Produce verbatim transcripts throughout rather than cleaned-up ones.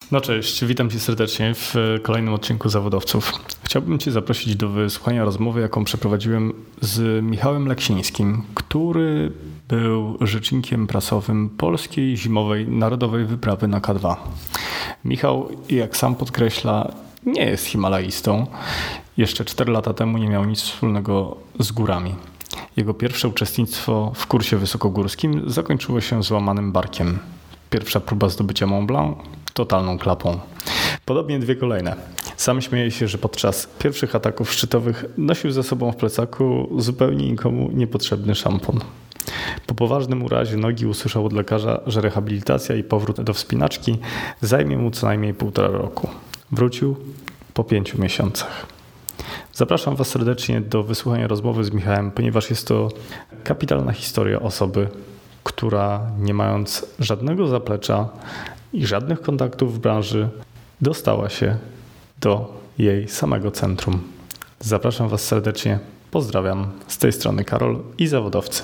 No cześć, witam Cię serdecznie w kolejnym odcinku Zawodowców. Chciałbym Cię zaprosić do wysłuchania rozmowy, jaką przeprowadziłem z Michałem Leksińskim, który był rzecznikiem prasowym polskiej zimowej narodowej wyprawy na K dwa. Michał, jak sam podkreśla, nie jest himalaistą. Jeszcze cztery lata temu nie miał nic wspólnego z górami. Jego pierwsze uczestnictwo w kursie wysokogórskim zakończyło się złamanym barkiem. Pierwsza próba zdobycia Mont Blanc totalną klapą. Podobnie dwie kolejne. Sam śmieje się, że podczas pierwszych ataków szczytowych nosił ze sobą w plecaku zupełnie nikomu niepotrzebny szampon. Po poważnym urazie nogi usłyszał od lekarza, że rehabilitacja i powrót do wspinaczki zajmie mu co najmniej półtora roku. Wrócił po pięciu miesiącach. Zapraszam Was serdecznie do wysłuchania rozmowy z Michałem, ponieważ jest to kapitalna historia osoby, która nie mając żadnego zaplecza i żadnych kontaktów w branży dostała się do jej samego centrum. Zapraszam Was serdecznie. Pozdrawiam. Z tej strony Karol i Zawodowcy.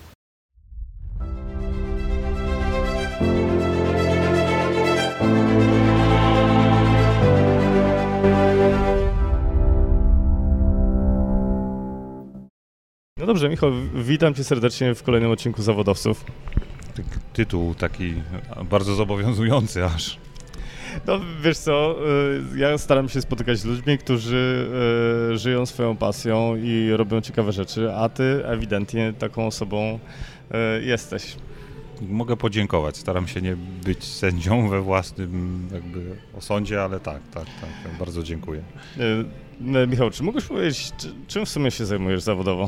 No dobrze, Michał, witam Cię serdecznie w kolejnym odcinku Zawodowców. Tytuł taki bardzo zobowiązujący aż. No wiesz co, ja staram się spotykać z ludźmi, którzy żyją swoją pasją i robią ciekawe rzeczy, a Ty ewidentnie taką osobą jesteś. Mogę podziękować. Staram się nie być sędzią we własnym jakby osądzie, ale tak, tak, tak. Bardzo dziękuję. Michał, czy mógłbyś powiedzieć, czym w sumie się zajmujesz zawodowo?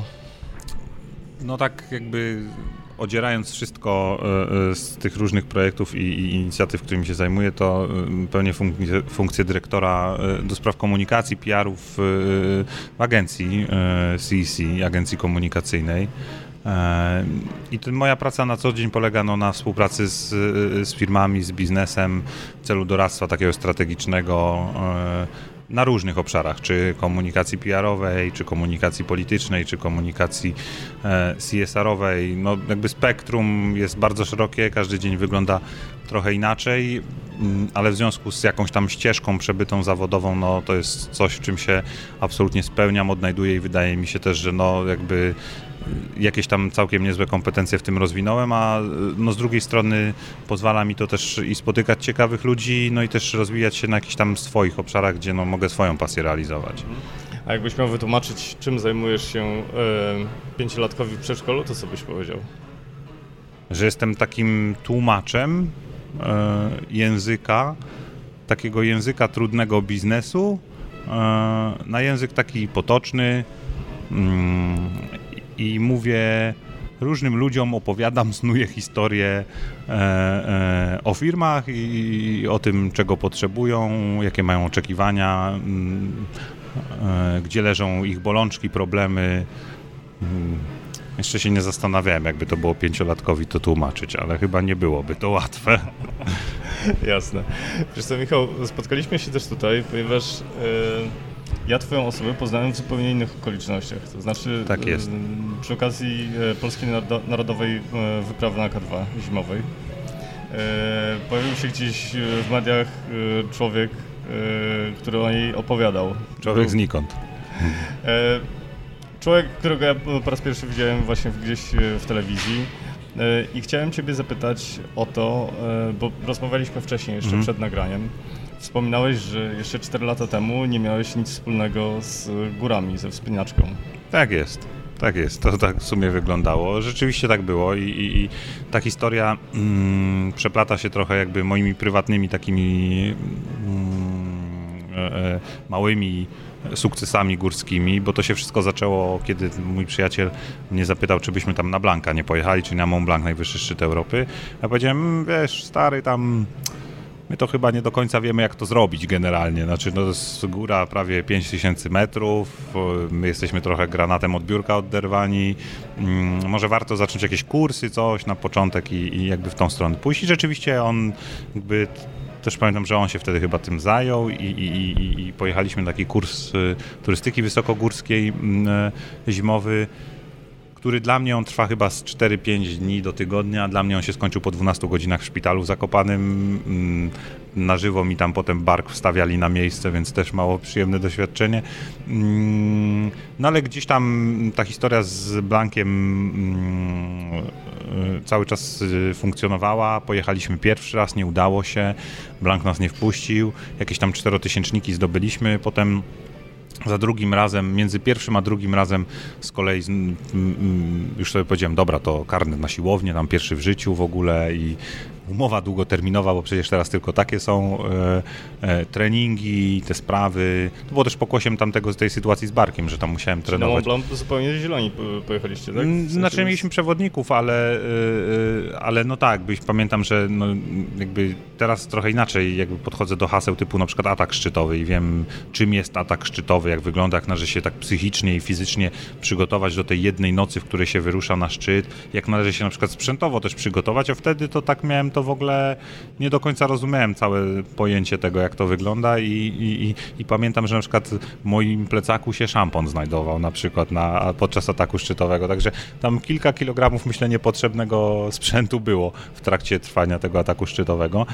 No tak jakby odzierając wszystko z tych różnych projektów i, i inicjatyw, którymi się zajmuję, to pełnię funkcję, funkcję dyrektora do spraw komunikacji, P R-ów w agencji C E C, agencji komunikacyjnej. I to moja praca na co dzień polega no, na współpracy z, z firmami, z biznesem w celu doradztwa takiego strategicznego na różnych obszarach, czy komunikacji P R-owej, czy komunikacji politycznej, czy komunikacji C S R-owej. No jakby spektrum jest bardzo szerokie, każdy dzień wygląda trochę inaczej, ale w związku z jakąś tam ścieżką przebytą zawodową, no to jest coś, w czym się absolutnie spełniam, odnajduję i wydaje mi się też, że no jakby jakieś tam całkiem niezłe kompetencje w tym rozwinąłem, a no z drugiej strony pozwala mi to też i spotykać ciekawych ludzi, no i też rozwijać się na jakichś tam swoich obszarach, gdzie no mogę swoją pasję realizować. A jakbyś miał wytłumaczyć, czym zajmujesz się e, pięciolatkowi w przedszkolu, to co byś powiedział? Że jestem takim tłumaczem e, języka, takiego języka trudnego biznesu, e, na język taki potoczny, mm, i mówię różnym ludziom, opowiadam, snuję historię e, e, o firmach i, i o tym, czego potrzebują, jakie mają oczekiwania, m, e, gdzie leżą ich bolączki, problemy. M, jeszcze się nie zastanawiałem, jakby to było pięciolatkowi to tłumaczyć, ale chyba nie byłoby to łatwe. Jasne. Wiesz co, Michał, spotkaliśmy się też tutaj, ponieważ e, ja Twoją osobę poznałem w zupełnie innych okolicznościach, to znaczy tak jest. przy okazji Polskiej Narodowej Wyprawy na K dwa zimowej. Pojawił się gdzieś w mediach człowiek, który o niej opowiadał. Człowiek znikąd. Człowiek, którego ja po raz pierwszy widziałem właśnie gdzieś w telewizji i chciałem Ciebie zapytać o to, bo rozmawialiśmy wcześniej jeszcze mm. przed nagraniem. Wspominałeś, że jeszcze cztery lata temu nie miałeś nic wspólnego z górami, ze wspinaczką. Tak jest, tak jest. To tak w sumie wyglądało. Rzeczywiście tak było i, i, i ta historia mm, przeplata się trochę jakby moimi prywatnymi takimi mm, e, małymi sukcesami górskimi, bo to się wszystko zaczęło, kiedy mój przyjaciel mnie zapytał, czy byśmy tam na Blanka nie pojechali, czyli na Mont Blanc, najwyższy szczyt Europy. Ja powiedziałem, wiesz, stary, tam my to chyba nie do końca wiemy, jak to zrobić generalnie. Znaczy, no to jest góra prawie pięć tysięcy metrów, my jesteśmy trochę granatem od biurka odderwani. Hmm, może warto zacząć jakieś kursy, coś na początek i, i jakby w tą stronę pójść. I rzeczywiście on jakby, też pamiętam, że on się wtedy chyba tym zajął i, i, i, i pojechaliśmy na taki kurs turystyki wysokogórskiej zimowy, który dla mnie on trwa chyba z cztery pięć dni do tygodnia. Dla mnie on się skończył po dwunastu godzinach w szpitalu w Zakopanym. Na żywo mi tam potem bark wstawiali na miejsce, więc też mało przyjemne doświadczenie. No ale gdzieś tam ta historia z Blankiem cały czas funkcjonowała. Pojechaliśmy pierwszy raz, nie udało się. Blank nas nie wpuścił. Jakieś tam czterotysięczniki zdobyliśmy. Potem za drugim razem, między pierwszym a drugim razem z kolei już sobie powiedziałem, dobra, to karnet na siłownię, tam pierwszy w życiu w ogóle i umowa długoterminowa, bo przecież teraz tylko takie są e, e, treningi, te sprawy. To było też pokłosiem tamtego, tej sytuacji z barkiem, że tam musiałem Czyli trenować. Na Mont Blanc zupełnie zieloni pojechaliście, tak? W sensie Znaczy jest... mieliśmy przewodników, ale, e, ale no tak, byś, pamiętam, że no, jakby teraz trochę inaczej jakby podchodzę do haseł typu na przykład atak szczytowy i wiem, czym jest atak szczytowy, jak wygląda, jak należy się tak psychicznie i fizycznie przygotować do tej jednej nocy, w której się wyrusza na szczyt, jak należy się na przykład sprzętowo też przygotować, a wtedy to tak miałem to w ogóle nie do końca rozumiałem całe pojęcie tego, jak to wygląda i, i, i, i pamiętam, że na przykład w moim plecaku się szampon znajdował na przykład na, podczas ataku szczytowego, także tam kilka kilogramów, myślę, niepotrzebnego sprzętu było w trakcie trwania tego ataku szczytowego.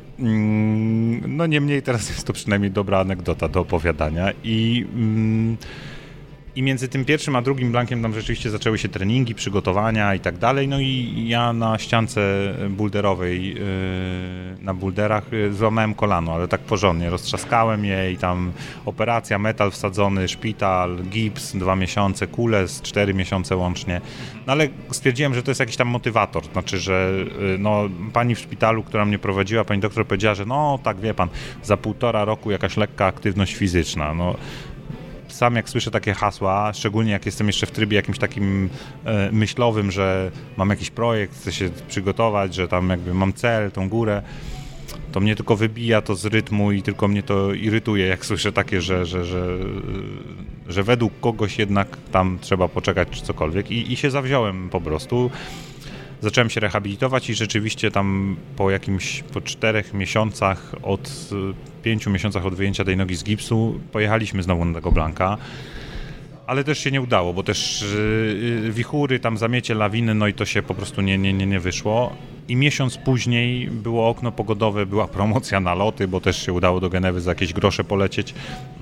No niemniej teraz jest to przynajmniej dobra anegdota do opowiadania i... Mm, I między tym pierwszym a drugim Blankiem tam rzeczywiście zaczęły się treningi, przygotowania i tak dalej. No i ja na ściance boulderowej, na boulderach złamałem kolano, ale tak porządnie. Roztrzaskałem je i tam operacja, metal wsadzony, szpital, gips, dwa miesiące, kule z cztery miesiące łącznie. No ale stwierdziłem, że to jest jakiś tam motywator. Znaczy, że no, pani w szpitalu, która mnie prowadziła, pani doktor powiedziała, że no tak wie pan, za półtora roku jakaś lekka aktywność fizyczna. No, sam jak słyszę takie hasła, szczególnie jak jestem jeszcze w trybie jakimś takim e, myślowym, że mam jakiś projekt, chcę się przygotować, że tam jakby mam cel, tą górę, to mnie tylko wybija to z rytmu i tylko mnie to irytuje, jak słyszę takie, że, że, że, że według kogoś jednak tam trzeba poczekać czy cokolwiek i, i się zawziąłem po prostu. Zacząłem się rehabilitować i rzeczywiście tam po jakimś, po czterech miesiącach, od pięciu miesiącach od wyjęcia tej nogi z gipsu pojechaliśmy znowu na tego Blanka, ale też się nie udało, bo też wichury, tam zamiecie, lawiny, no i to się po prostu nie, nie, nie, nie wyszło. I miesiąc później było okno pogodowe, była promocja na loty, bo też się udało do Genewy za jakieś grosze polecieć.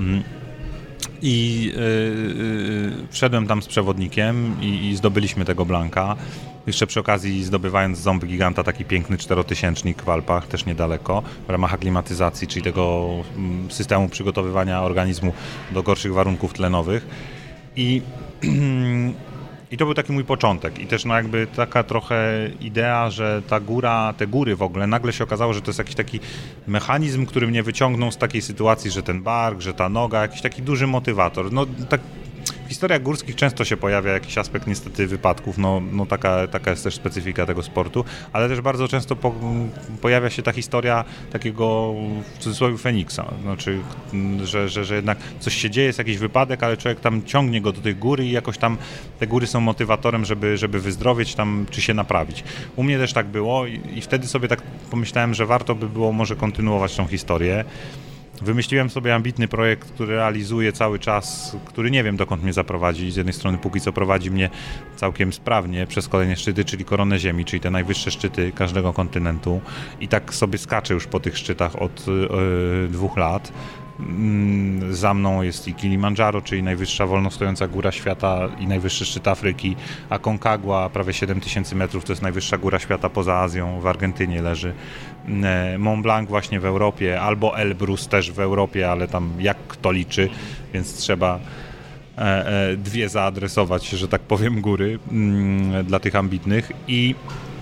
I yy, wszedłem tam z przewodnikiem i, i zdobyliśmy tego Blanka. Jeszcze przy okazji zdobywając Ząb Giganta, taki piękny czterotysięcznik w Alpach, też niedaleko, w ramach aklimatyzacji, czyli tego systemu przygotowywania organizmu do gorszych warunków tlenowych. I, i to był taki mój początek. I też no jakby taka trochę idea, że ta góra, te góry w ogóle, nagle się okazało, że to jest jakiś taki mechanizm, który mnie wyciągnął z takiej sytuacji, że ten bark, że ta noga, jakiś taki duży motywator. No tak. W historiach górskich często się pojawia jakiś aspekt niestety wypadków, no, no taka, taka jest też specyfika tego sportu, ale też bardzo często po, pojawia się ta historia takiego w cudzysłowie Feniksa, znaczy, że, że, że jednak coś się dzieje, jest jakiś wypadek, ale człowiek tam ciągnie go do tych gór i jakoś tam te góry są motywatorem, żeby, żeby wyzdrowieć tam, czy się naprawić. U mnie też tak było i, i wtedy sobie tak pomyślałem, że warto by było może kontynuować tą historię. Wymyśliłem sobie ambitny projekt, który realizuję cały czas, który nie wiem dokąd mnie zaprowadzi. Z jednej strony póki co prowadzi mnie całkiem sprawnie przez kolejne szczyty, czyli koronę Ziemi, czyli te najwyższe szczyty każdego kontynentu. I tak sobie skaczę już po tych szczytach od yy, dwóch lat. Za mną jest i Kilimandżaro, czyli najwyższa wolno stojąca góra świata i najwyższy szczyt Afryki, a Concagua, prawie siedem tysięcy metrów, to jest najwyższa góra świata poza Azją, w Argentynie leży. Mont Blanc właśnie w Europie, albo Elbrus też w Europie, ale tam jak kto liczy, więc trzeba dwie zaadresować, że tak powiem, góry dla tych ambitnych. I,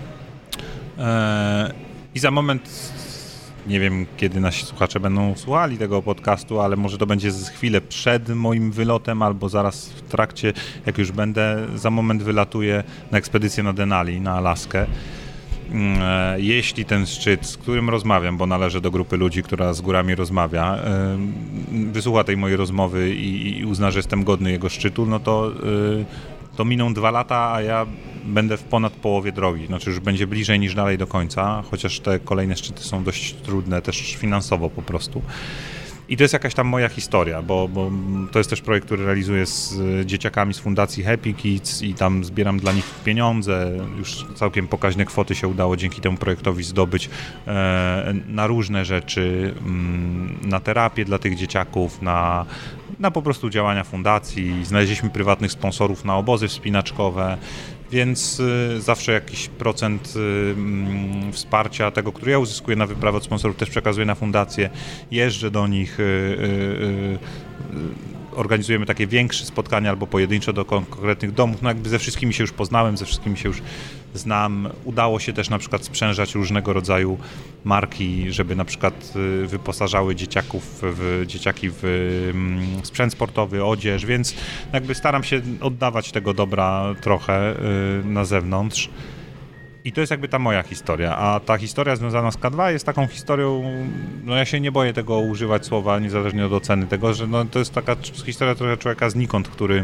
i za moment... Nie wiem, kiedy nasi słuchacze będą słuchali tego podcastu, ale może to będzie z chwilę przed moim wylotem albo zaraz w trakcie, jak już będę. Za moment wylatuję na ekspedycję na Denali, na Alaskę. Jeśli ten szczyt, z którym rozmawiam, bo należę do grupy ludzi, która z górami rozmawia, wysłucha tej mojej rozmowy i uzna, że jestem godny jego szczytu, no to, to miną dwa lata, a ja będę w ponad połowie drogi, znaczy już będzie bliżej niż dalej do końca, chociaż te kolejne szczyty są dość trudne też finansowo po prostu. I to jest jakaś tam moja historia, bo, bo to jest też projekt, który realizuję z dzieciakami z fundacji Happy Kids i tam zbieram dla nich pieniądze. Już całkiem pokaźne kwoty się udało dzięki temu projektowi zdobyć e, na różne rzeczy, m, na terapię dla tych dzieciaków, na, na po prostu działania fundacji. Znaleźliśmy prywatnych sponsorów na obozy wspinaczkowe. Więc y, zawsze jakiś procent y, y, wsparcia tego, który ja uzyskuję na wyprawę od sponsorów, też przekazuję na fundację, jeżdżę do nich, y, y, y, organizujemy takie większe spotkania albo pojedyncze do konkretnych domów. No jakby ze wszystkimi się już poznałem, ze wszystkimi się już znam. Udało się też na przykład sprzężać różnego rodzaju marki, żeby na przykład wyposażały dzieciaków w, dzieciaki w sprzęt sportowy, odzież, więc jakby staram się oddawać tego dobra trochę na zewnątrz. I to jest jakby ta moja historia, a ta historia związana z K dwa jest taką historią, no ja się nie boję tego używać słowa, niezależnie od oceny tego, że no to jest taka historia trochę człowieka znikąd, który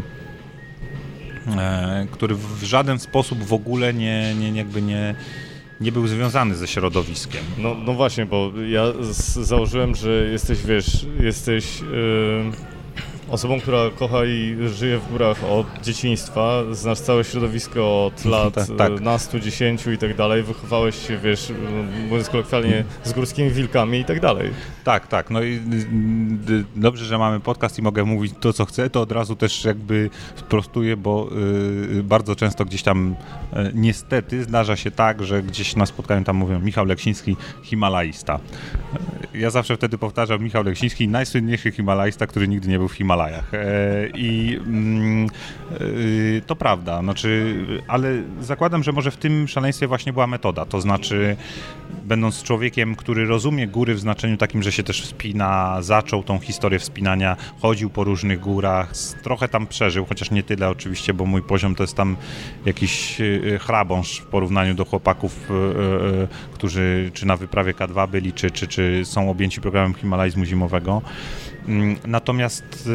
e, który w żaden sposób w ogóle nie, nie jakby nie, nie był związany ze środowiskiem. No, no właśnie, bo ja z, założyłem, że jesteś, wiesz, jesteś yy, osobą, która kocha i żyje w górach od dzieciństwa, znasz całe środowisko od lat tak, tak. nastu, dziesięciu i tak dalej, wychowałeś się, wiesz, mówiąc kolokwialnie, z górskimi wilkami i tak dalej. Tak, tak, no i dobrze, że mamy podcast i mogę mówić to, co chcę, to od razu też jakby sprostuję, bo y, bardzo często gdzieś tam y, niestety zdarza się tak, że gdzieś na spotkaniu tam mówią Michał Leksiński, himalaista. Ja zawsze wtedy powtarzam Michał Leksiński, najsłynniejszy himalaista, który nigdy nie był w Himalajach. I to prawda, znaczy, ale zakładam, że może w tym szaleństwie właśnie była metoda, to znaczy będąc człowiekiem, który rozumie góry w znaczeniu takim, że się też wspina, zaczął tą historię wspinania, chodził po różnych górach, trochę tam przeżył, chociaż nie tyle oczywiście, bo mój poziom to jest tam jakiś chrabąszcz w porównaniu do chłopaków, którzy czy na wyprawie K dwa byli, czy, czy, czy są objęci programem himalaizmu zimowego. Natomiast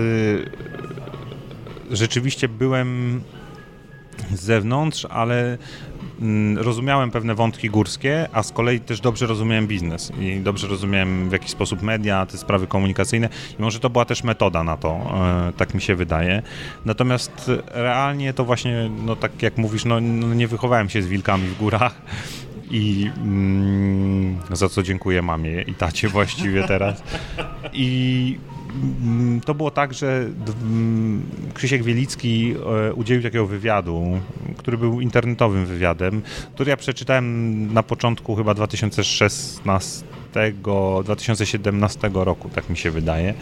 y, rzeczywiście byłem z zewnątrz, ale y, rozumiałem pewne wątki górskie, a z kolei też dobrze rozumiałem biznes i dobrze rozumiałem w jaki sposób media, te sprawy komunikacyjne i może to była też metoda na to, y, tak mi się wydaje. Natomiast realnie to właśnie, no tak jak mówisz, no, no nie wychowałem się z wilkami w górach. I mm, za co dziękuję mamie i tacie właściwie teraz. I mm, to było tak, że mm, Krzysiek Wielicki e, udzielił takiego wywiadu, który był internetowym wywiadem, który ja przeczytałem na początku chyba dwa tysiące szesnastego, dwa tysiące siedemnastego roku, tak mi się wydaje.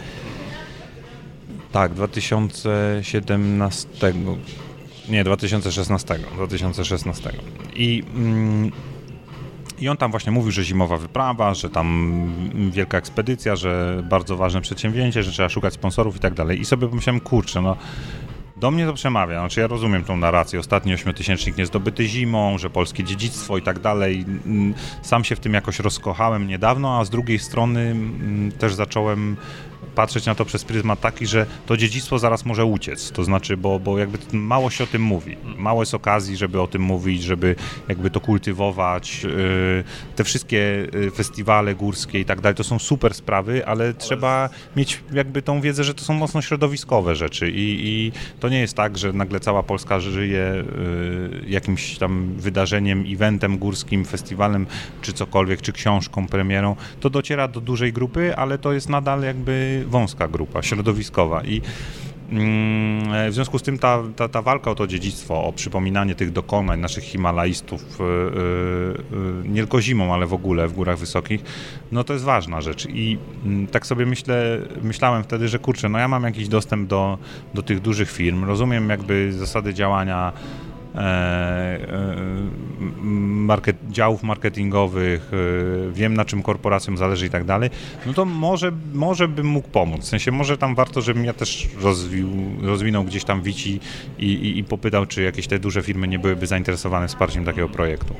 Tak, dwa tysiące siedemnastego. Nie, dwa tysiące szesnastego. dwa tysiące szesnastego. I mm, I on tam właśnie mówił, że zimowa wyprawa, że tam wielka ekspedycja, że bardzo ważne przedsięwzięcie, że trzeba szukać sponsorów i tak dalej. I sobie pomyślałem, kurczę, no do mnie to przemawia, znaczy ja rozumiem tą narrację, ostatni ośmiotysięcznik niezdobyty zimą, że polskie dziedzictwo i tak dalej. Sam się w tym jakoś rozkochałem niedawno, a z drugiej strony też zacząłem patrzeć na to przez pryzmat taki, że to dziedzictwo zaraz może uciec, to znaczy, bo, bo jakby mało się o tym mówi, mało jest okazji, żeby o tym mówić, żeby jakby to kultywować, te wszystkie festiwale górskie i tak dalej, to są super sprawy, ale trzeba mieć jakby tą wiedzę, że to są mocno środowiskowe rzeczy i, i to nie jest tak, że nagle cała Polska żyje jakimś tam wydarzeniem, eventem górskim, festiwalem, czy cokolwiek, czy książką, premierą, to dociera do dużej grupy, ale to jest nadal jakby wąska grupa, środowiskowa i w związku z tym ta, ta, ta walka o to dziedzictwo, o przypominanie tych dokonań naszych himalaistów, nie tylko zimą, ale w ogóle w górach wysokich, no to jest ważna rzecz i tak sobie myślę, myślałem wtedy, że kurczę, no ja mam jakiś dostęp do, do tych dużych firm, rozumiem jakby zasady działania market, działów marketingowych, wiem na czym korporacjom zależy i tak dalej, no to może, może bym mógł pomóc. W sensie może tam warto, żebym ja też rozwił, rozwinął gdzieś tam wici i, i, i popytał, czy jakieś te duże firmy nie byłyby zainteresowane wsparciem takiego projektu.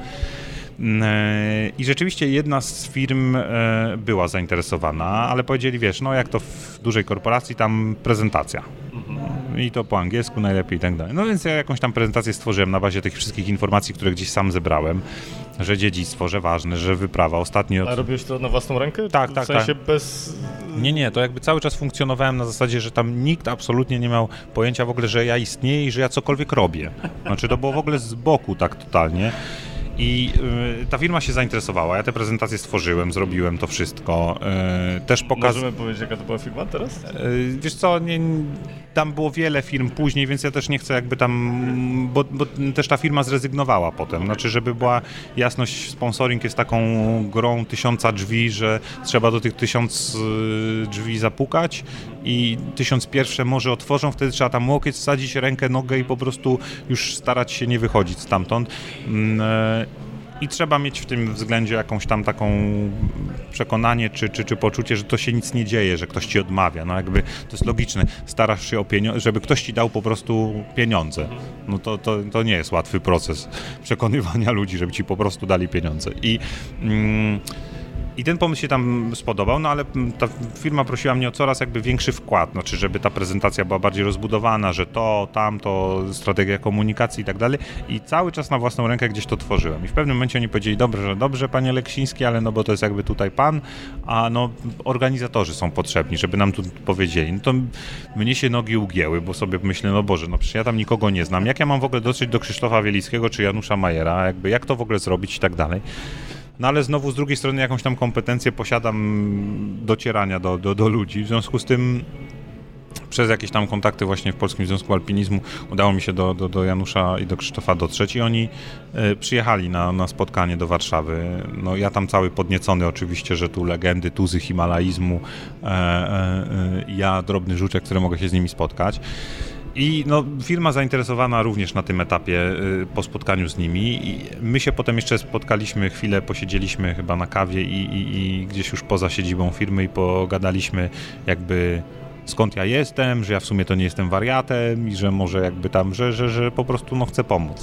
I rzeczywiście jedna z firm była zainteresowana, ale powiedzieli, wiesz, no jak to w dużej korporacji, tam prezentacja. i to po angielsku najlepiej i tak dalej. No więc ja jakąś tam prezentację stworzyłem na bazie tych wszystkich informacji, które gdzieś sam zebrałem, że dziedzictwo, że ważne, że wyprawa. Ostatnio... A robiłeś to na własną rękę? Tak, tak, w sensie tak. bez... Nie, nie, to jakby cały czas funkcjonowałem na zasadzie, że tam nikt absolutnie nie miał pojęcia w ogóle, że ja istnieję i że ja cokolwiek robię. Znaczy to było w ogóle z boku tak totalnie. I y, ta firma się zainteresowała, ja te prezentacje stworzyłem, zrobiłem to wszystko. Y, też pokaz... Możemy powiedzieć, jaka to była firma teraz? Y, wiesz co, nie, tam było wiele firm później, więc ja też nie chcę jakby tam, bo, bo też ta firma zrezygnowała potem. Znaczy, żeby była jasność, sponsoring jest taką grą tysiąca drzwi, że trzeba do tych tysiąc y, drzwi zapukać i tysiąc pierwsze może otworzą, wtedy trzeba tam łokieć wsadzić, rękę, nogę i po prostu już starać się nie wychodzić stamtąd. Y, I trzeba mieć w tym względzie jakąś tam taką przekonanie czy, czy, czy poczucie, że to się nic nie dzieje, że ktoś ci odmawia. No jakby to jest logiczne. Starasz się o pieniądze, żeby ktoś ci dał po prostu pieniądze. No to, to, to nie jest łatwy proces przekonywania ludzi, żeby ci po prostu dali pieniądze. I... Mm, I ten pomysł się tam spodobał, no ale ta firma prosiła mnie o coraz jakby większy wkład, znaczy żeby ta prezentacja była bardziej rozbudowana, że to, tamto, strategia komunikacji i tak dalej i cały czas na własną rękę gdzieś to tworzyłem. I w pewnym momencie oni powiedzieli, dobrze, dobrze panie Leksiński, ale no bo to jest jakby tutaj pan, a no organizatorzy są potrzebni, żeby nam tu powiedzieli. No to mnie się nogi ugięły, bo sobie myślę, no Boże, no przecież ja tam nikogo nie znam, jak ja mam w ogóle dotrzeć do Krzysztofa Wielickiego czy Janusza Majera, jakby jak to w ogóle zrobić i tak dalej. No ale znowu z drugiej strony jakąś tam kompetencję posiadam docierania do, do, do ludzi, w związku z tym przez jakieś tam kontakty właśnie w Polskim Związku Alpinizmu udało mi się do, do, do Janusza i do Krzysztofa dotrzeć i oni y, przyjechali na, na spotkanie do Warszawy. No ja tam cały podniecony oczywiście, że tu legendy, tuzy himalaizmu, e, e, e, ja drobny żuczek, który mogę się z nimi spotkać. I no, firma zainteresowana również na tym etapie y, po spotkaniu z nimi i my się potem jeszcze spotkaliśmy, chwilę posiedzieliśmy chyba na kawie i, i, i gdzieś już poza siedzibą firmy i pogadaliśmy jakby skąd ja jestem, że ja w sumie to nie jestem wariatem i że może jakby tam, że, że, że po prostu no, chcę pomóc.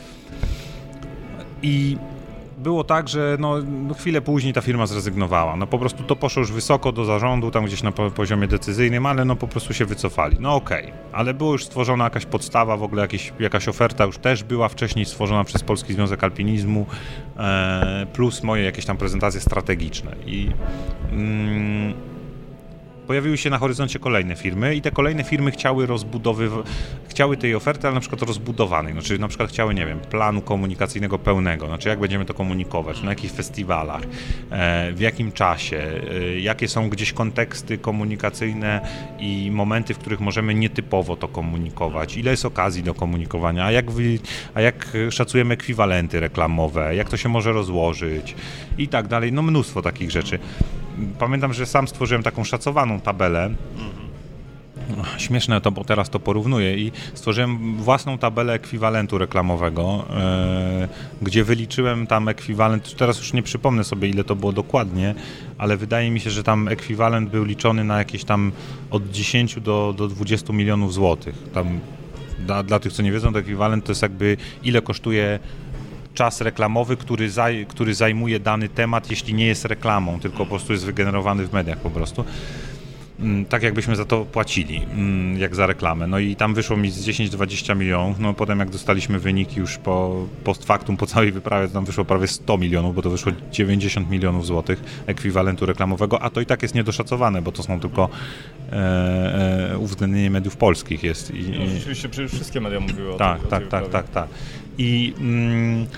I było tak, że no, chwilę później ta firma zrezygnowała. No po prostu to poszło już wysoko do zarządu, tam gdzieś na poziomie decyzyjnym, ale no po prostu się wycofali. No okej, okay. Ale była już stworzona jakaś podstawa, w ogóle jakieś, jakaś oferta już też była wcześniej stworzona przez Polski Związek Alpinizmu, e, plus moje jakieś tam prezentacje strategiczne. I mm, pojawiły się na horyzoncie kolejne firmy i te kolejne firmy chciały rozbudowywać, chciały tej oferty, ale na przykład rozbudowanej, znaczy na przykład chciały, nie wiem, planu komunikacyjnego pełnego, znaczy jak będziemy to komunikować, na jakich festiwalach, e, w jakim czasie, e, jakie są gdzieś konteksty komunikacyjne i momenty, w których możemy nietypowo to komunikować, ile jest okazji do komunikowania, a jak, wy, a jak szacujemy ekwiwalenty reklamowe, jak to się może rozłożyć i tak dalej, no mnóstwo takich rzeczy. Pamiętam, że sam stworzyłem taką szacowaną tabelę. Śmieszne to, bo teraz to porównuję i stworzyłem własną tabelę ekwiwalentu reklamowego, yy, gdzie wyliczyłem tam ekwiwalent, teraz już nie przypomnę sobie ile to było dokładnie, ale wydaje mi się, że tam ekwiwalent był liczony na jakieś tam od dziesięciu do, do dwudziestu milionów złotych. Tam, dla, dla tych, co nie wiedzą, to ekwiwalent to jest jakby ile kosztuje czas reklamowy, który, zaj, który zajmuje dany temat, jeśli nie jest reklamą, tylko po prostu jest wygenerowany w mediach po prostu. Tak jakbyśmy za to płacili, jak za reklamę. No i tam wyszło mi z dziesięć do dwudziestu milionów, no potem jak dostaliśmy wyniki już po post factum, po całej wyprawie, to tam wyszło prawie sto milionów, bo to wyszło dziewięćdziesiąt milionów złotych ekwiwalentu reklamowego, a to i tak jest niedoszacowane, bo to są tylko e, e, uwzględnienie mediów polskich jest. I, no, rzeczywiście przecież wszystkie media mówiły o tak, tym. Tak, tak, tak, tak. I mm,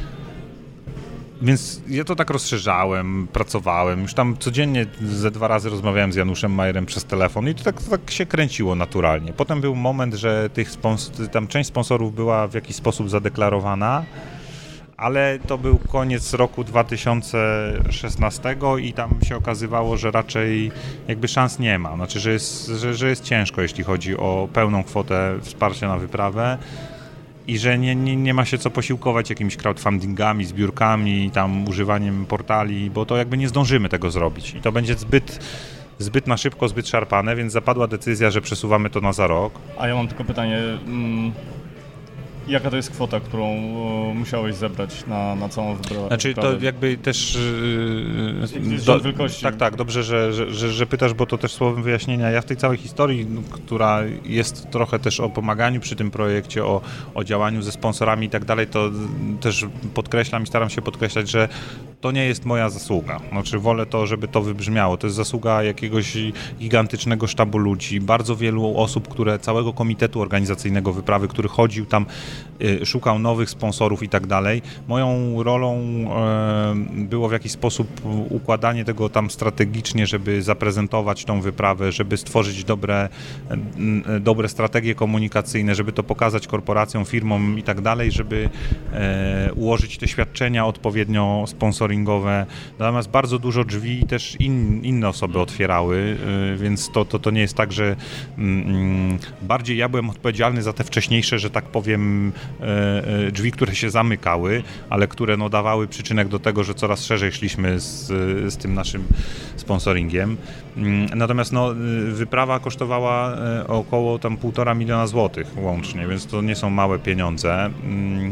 więc ja to tak rozszerzałem, pracowałem, już tam codziennie ze dwa razy rozmawiałem z Januszem Majerem przez telefon i to tak, to tak się kręciło naturalnie. Potem był moment, że tych spons- tam część sponsorów była w jakiś sposób zadeklarowana, ale to był koniec roku dwa tysiące szesnastego i tam się okazywało, że raczej jakby szans nie ma, znaczy, że jest, że, że jest ciężko, jeśli chodzi o pełną kwotę wsparcia na wyprawę. I że nie, nie, nie ma się co posiłkować jakimiś crowdfundingami, zbiórkami, tam używaniem portali, bo to jakby nie zdążymy tego zrobić. I to będzie zbyt, zbyt na szybko, zbyt szarpane, więc zapadła decyzja, że przesuwamy to na za rok. A ja mam tylko pytanie, Jaka to jest kwota, którą e, musiałeś zebrać na, na całą wyprawę? Znaczy to jakby też... Yy, do, wielkości. Tak, tak, dobrze, że, że, że, że pytasz, bo to też słowem wyjaśnienia. Ja w tej całej historii, no, która jest trochę też o pomaganiu przy tym projekcie, o, o działaniu ze sponsorami i tak dalej, to też podkreślam i staram się podkreślać, że to nie jest moja zasługa. Znaczy wolę to, żeby to wybrzmiało. To jest zasługa jakiegoś gigantycznego sztabu ludzi, bardzo wielu osób, które, całego komitetu organizacyjnego wyprawy, który chodził tam, y, szukał nowych sponsorów i tak dalej. Moją rolą y, było w jakiś sposób układanie tego tam strategicznie, żeby zaprezentować tą wyprawę, żeby stworzyć dobre, y, dobre strategie komunikacyjne, żeby to pokazać korporacjom, firmom i tak dalej, żeby y, ułożyć te świadczenia odpowiednio sponsoringowe. Natomiast bardzo dużo drzwi też in, inne osoby otwierały, y, więc to, to, to nie jest tak, że mm, bardziej ja byłem odpowiedzialny za te wcześniejsze, że tak powiem, y, y, drzwi, które się zamykały, ale które no, dawały przyczynek do tego, że coraz szerzej szliśmy z, z tym naszym sponsoringiem. Y, natomiast no, wyprawa kosztowała y, około tam półtora miliona złotych łącznie, więc to nie są małe pieniądze. Y,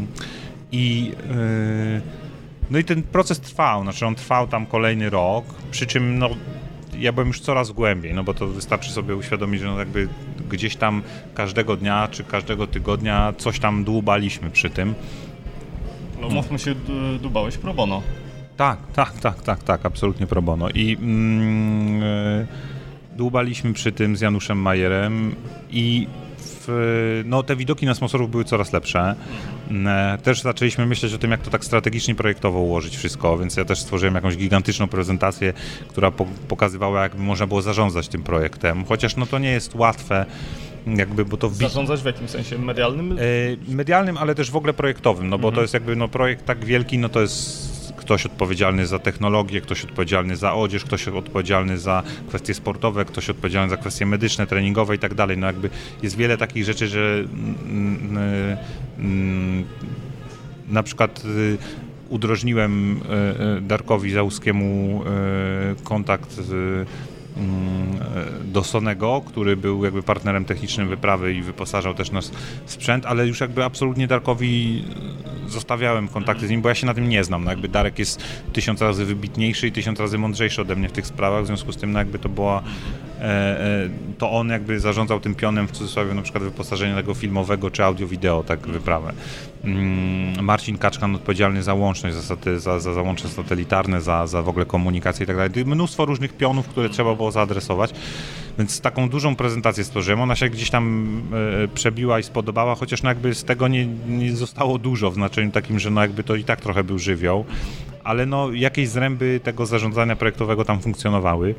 i y, No i ten proces trwał, znaczy on trwał tam kolejny rok, przy czym no, ja byłem już coraz głębiej, no bo to wystarczy sobie uświadomić, że no jakby gdzieś tam każdego dnia czy każdego tygodnia coś tam dłubaliśmy przy tym. No mówmy się, dłubałeś pro bono. Tak, tak, tak, tak, tak, absolutnie pro bono. I mm, y, dłubaliśmy przy tym z Januszem Majerem i no, te widoki na sponsorów były coraz lepsze. Też zaczęliśmy myśleć o tym, jak to tak strategicznie projektowo ułożyć wszystko, więc ja też stworzyłem jakąś gigantyczną prezentację, która po- pokazywała, jak można było zarządzać tym projektem. Chociaż no, to nie jest łatwe, jakby, bo to... Zarządzać w jakim sensie? Medialnym? E, medialnym, ale też w ogóle projektowym, no bo mhm. to jest jakby no, projekt tak wielki, no to jest... Ktoś odpowiedzialny za technologię, ktoś odpowiedzialny za odzież, ktoś odpowiedzialny za kwestie sportowe, ktoś odpowiedzialny za kwestie medyczne, treningowe i tak dalej. No jakby jest wiele takich rzeczy, że mm, mm, na przykład y, udrożniłem y, Darkowi Załuskiemu y, kontakt y, do Sonego, który był jakby partnerem technicznym wyprawy i wyposażał też nas w sprzęt, ale już jakby absolutnie Darkowi zostawiałem kontakty z nim, bo ja się na tym nie znam. No jakby Darek jest tysiąc razy wybitniejszy i tysiąc razy mądrzejszy ode mnie w tych sprawach, w związku z tym no jakby to była e, e, to on jakby zarządzał tym pionem w cudzysłowie na przykład wyposażenia tego filmowego czy audio-wideo, tak wyprawę. Mm, Marcin Kaczkan odpowiedzialny za łączność, za, saty, za, za załącze satelitarne, za, za w ogóle komunikację i tak dalej. Mnóstwo różnych pionów, które trzeba było zaadresować, więc taką dużą prezentację stworzyłem. Ona się gdzieś tam e, przebiła i spodobała, chociaż no jakby z tego nie, nie zostało dużo, w znaczeniu takim, że no jakby to i tak trochę był żywioł, ale no jakieś zręby tego zarządzania projektowego tam funkcjonowały.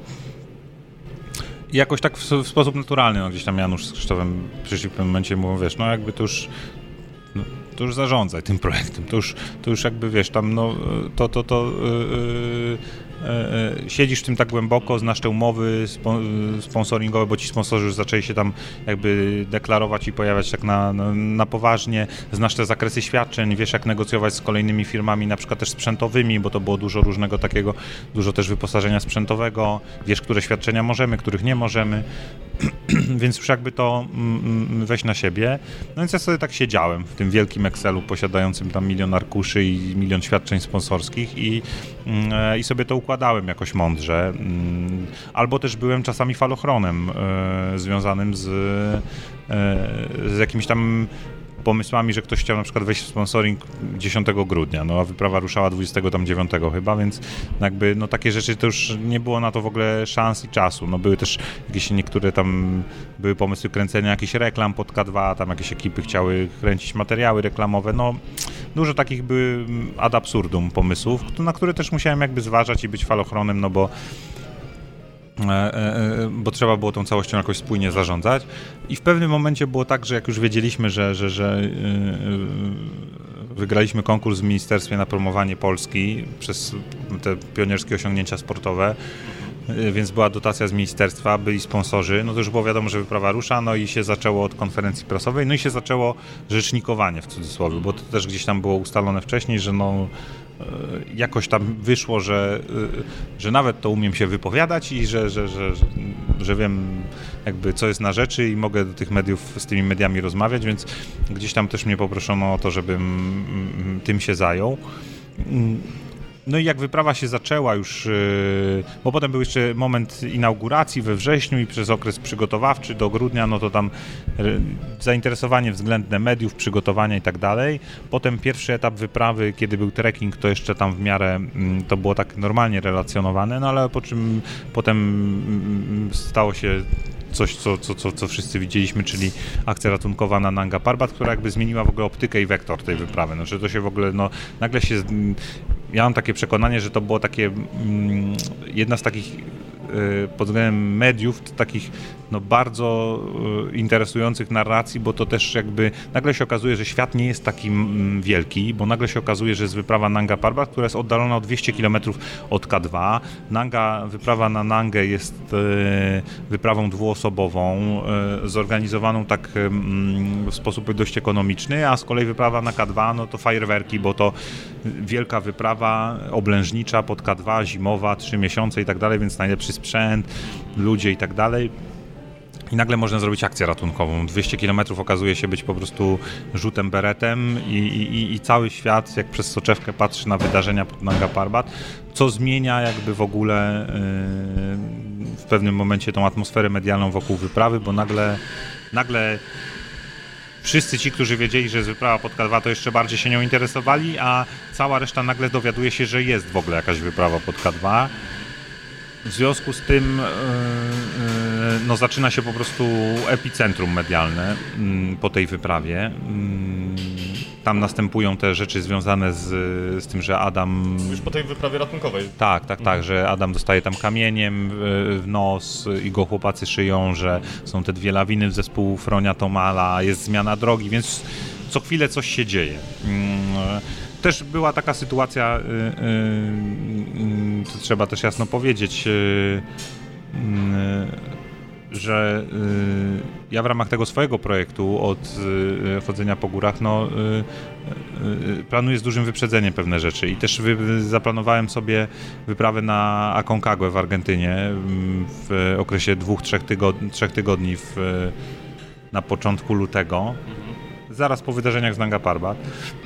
I jakoś tak w, w sposób naturalny, no gdzieś tam Janusz z Krzysztofem przyszli w pewnym momencie i mówią, wiesz, no jakby to już no, to już zarządzaj tym projektem, to już, to już jakby wiesz, tam no to, to, to yy, yy, siedzisz w tym tak głęboko, znasz te umowy sponsoringowe, bo ci sponsorzy już zaczęli się tam jakby deklarować i pojawiać tak na, na, na poważnie, znasz te zakresy świadczeń, wiesz jak negocjować z kolejnymi firmami, na przykład też sprzętowymi, bo to było dużo różnego takiego, dużo też wyposażenia sprzętowego, wiesz, które świadczenia możemy, których nie możemy, więc już jakby to mm, weź na siebie. No więc ja sobie tak siedziałem w tym wielkim Excelu posiadającym tam milion arkuszy i milion świadczeń sponsorskich i, i sobie to układałem jakoś mądrze. Albo też byłem czasami falochronem e, związanym z, e, z jakimś tam pomysłami, że ktoś chciał na przykład wejść w sponsoring dziesiątego grudnia, no a wyprawa ruszała dwudziestego dziewiątego chyba, więc jakby no takie rzeczy to już nie było na to w ogóle szans i czasu. No były też jakieś niektóre tam, były pomysły kręcenia jakichś reklam pod K dwa, tam jakieś ekipy chciały kręcić materiały reklamowe, no dużo takich były ad absurdum pomysłów, na które też musiałem jakby zważać i być falochronem, no bo bo trzeba było tą całością jakoś spójnie zarządzać i w pewnym momencie było tak, że jak już wiedzieliśmy, że, że, że wygraliśmy konkurs w ministerstwie na promowanie Polski przez te pionierskie osiągnięcia sportowe, więc była dotacja z ministerstwa, byli sponsorzy, no to już było wiadomo, że wyprawa rusza, no i się zaczęło od konferencji prasowej, no i się zaczęło rzecznikowanie w cudzysłowie, bo to też gdzieś tam było ustalone wcześniej, że no jakoś tam wyszło, że, że nawet to umiem się wypowiadać i że, że, że, że, że wiem jakby co jest na rzeczy i mogę do tych mediów, z tymi mediami rozmawiać, więc gdzieś tam też mnie poproszono o to, żebym tym się zajął. No i jak wyprawa się zaczęła już, bo potem był jeszcze moment inauguracji we wrześniu i przez okres przygotowawczy do grudnia, no to tam zainteresowanie względne mediów, przygotowania i tak dalej. Potem pierwszy etap wyprawy, kiedy był trekking, to jeszcze tam w miarę to było tak normalnie relacjonowane, no ale po czym potem stało się coś, co, co, co, co wszyscy widzieliśmy, czyli akcja ratunkowa na Nanga Parbat, która jakby zmieniła w ogóle optykę i wektor tej wyprawy. No, że to się w ogóle, no nagle się... Ja mam takie przekonanie, że to było takie mm, jedna z takich y, pod względem mediów, takich no, bardzo y, interesujących narracji, bo to też jakby nagle się okazuje, że świat nie jest taki mm, wielki, bo nagle się okazuje, że jest wyprawa Nanga Parbat, która jest oddalona o dwieście kilometrów od K dwa. Nanga, wyprawa na Nangę jest y, wyprawą dwuosobową, y, zorganizowaną tak y, w sposób dość ekonomiczny, a z kolei wyprawa na K dwa, no to fajerwerki, bo to wielka wyprawa oblężnicza pod K dwa, zimowa, trzy miesiące i tak dalej, więc najlepszy sprzęt, ludzie i tak dalej. I nagle można zrobić akcję ratunkową. dwieście kilometrów okazuje się być po prostu rzutem beretem i, i, i cały świat jak przez soczewkę patrzy na wydarzenia pod Nanga Parbat, co zmienia jakby w ogóle yy, w pewnym momencie tą atmosferę medialną wokół wyprawy, bo nagle, nagle wszyscy ci, którzy wiedzieli, że jest wyprawa pod K dwa, to jeszcze bardziej się nią interesowali, a cała reszta nagle dowiaduje się, że jest w ogóle jakaś wyprawa pod K dwa. W związku z tym yy, yy, no, zaczyna się po prostu epicentrum medialne yy, po tej wyprawie. Yy, tam następują te rzeczy związane z, z tym, że Adam... Już po tej wyprawie ratunkowej. Tak, tak, tak, że Adam dostaje tam kamieniem w, w nos i go chłopacy szyją, że są te dwie lawiny w zespół Fronia Tomala, jest zmiana drogi, więc co chwilę coś się dzieje. Yy, Też była taka sytuacja, yy, yy, to trzeba też jasno powiedzieć, yy, yy, że yy, ja w ramach tego swojego projektu od yy, chodzenia po górach, no, yy, yy, planuję z dużym wyprzedzeniem pewne rzeczy i też wy, zaplanowałem sobie wyprawę na Aconcagua w Argentynie yy, w okresie dwóch, trzech tygodni, trzech tygodni w, yy, na początku lutego. Zaraz po wydarzeniach z Nanga Parbat.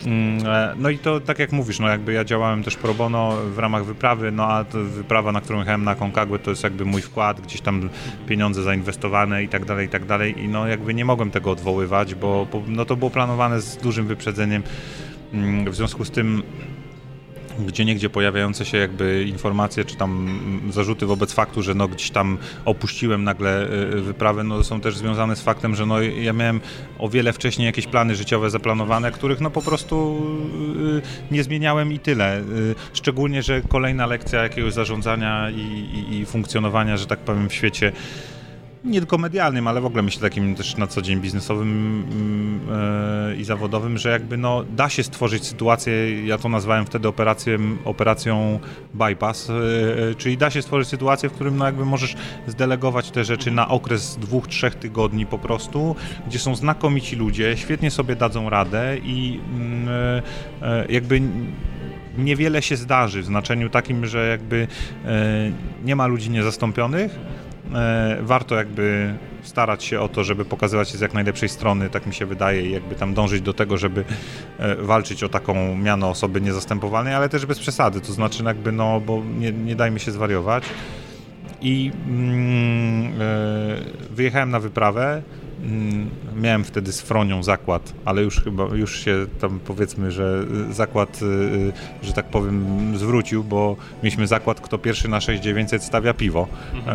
No i to tak jak mówisz, no jakby ja działałem też pro bono w ramach wyprawy, no a wyprawa, na którą jechałem na Aconcagua, to jest jakby mój wkład, gdzieś tam pieniądze zainwestowane i tak dalej, i tak dalej i no jakby nie mogłem tego odwoływać, bo, bo no to było planowane z dużym wyprzedzeniem. W związku z tym gdzieniegdzie pojawiające się jakby informacje, czy tam zarzuty wobec faktu, że no gdzieś tam opuściłem nagle wyprawę, no są też związane z faktem, że no ja miałem o wiele wcześniej jakieś plany życiowe zaplanowane, których no po prostu nie zmieniałem i tyle. Szczególnie, że kolejna lekcja jakiegoś zarządzania i, i, i funkcjonowania, że tak powiem, w świecie nie tylko medialnym, ale w ogóle myślę takim też na co dzień biznesowym yy, i zawodowym, że jakby no da się stworzyć sytuację, ja to nazwałem wtedy operację, operacją bypass, yy, czyli da się stworzyć sytuację, w którym no jakby możesz zdelegować te rzeczy na okres dwóch, trzech tygodni po prostu, gdzie są znakomici ludzie, świetnie sobie dadzą radę i yy, yy, jakby niewiele się zdarzy w znaczeniu takim, że jakby yy, nie ma ludzi niezastąpionych. Warto jakby starać się o to, żeby pokazywać się z jak najlepszej strony, tak mi się wydaje, i jakby tam dążyć do tego, żeby walczyć o taką miano osoby niezastępowalnej, ale też bez przesady, to znaczy jakby no, bo nie, nie dajmy się zwariować. I mm, wyjechałem na wyprawę, miałem wtedy z Fronią zakład, ale już chyba, już się tam powiedzmy, że zakład, że tak powiem, zwrócił, bo mieliśmy zakład, kto pierwszy na sześć tysięcy dziewięćset stawia piwo.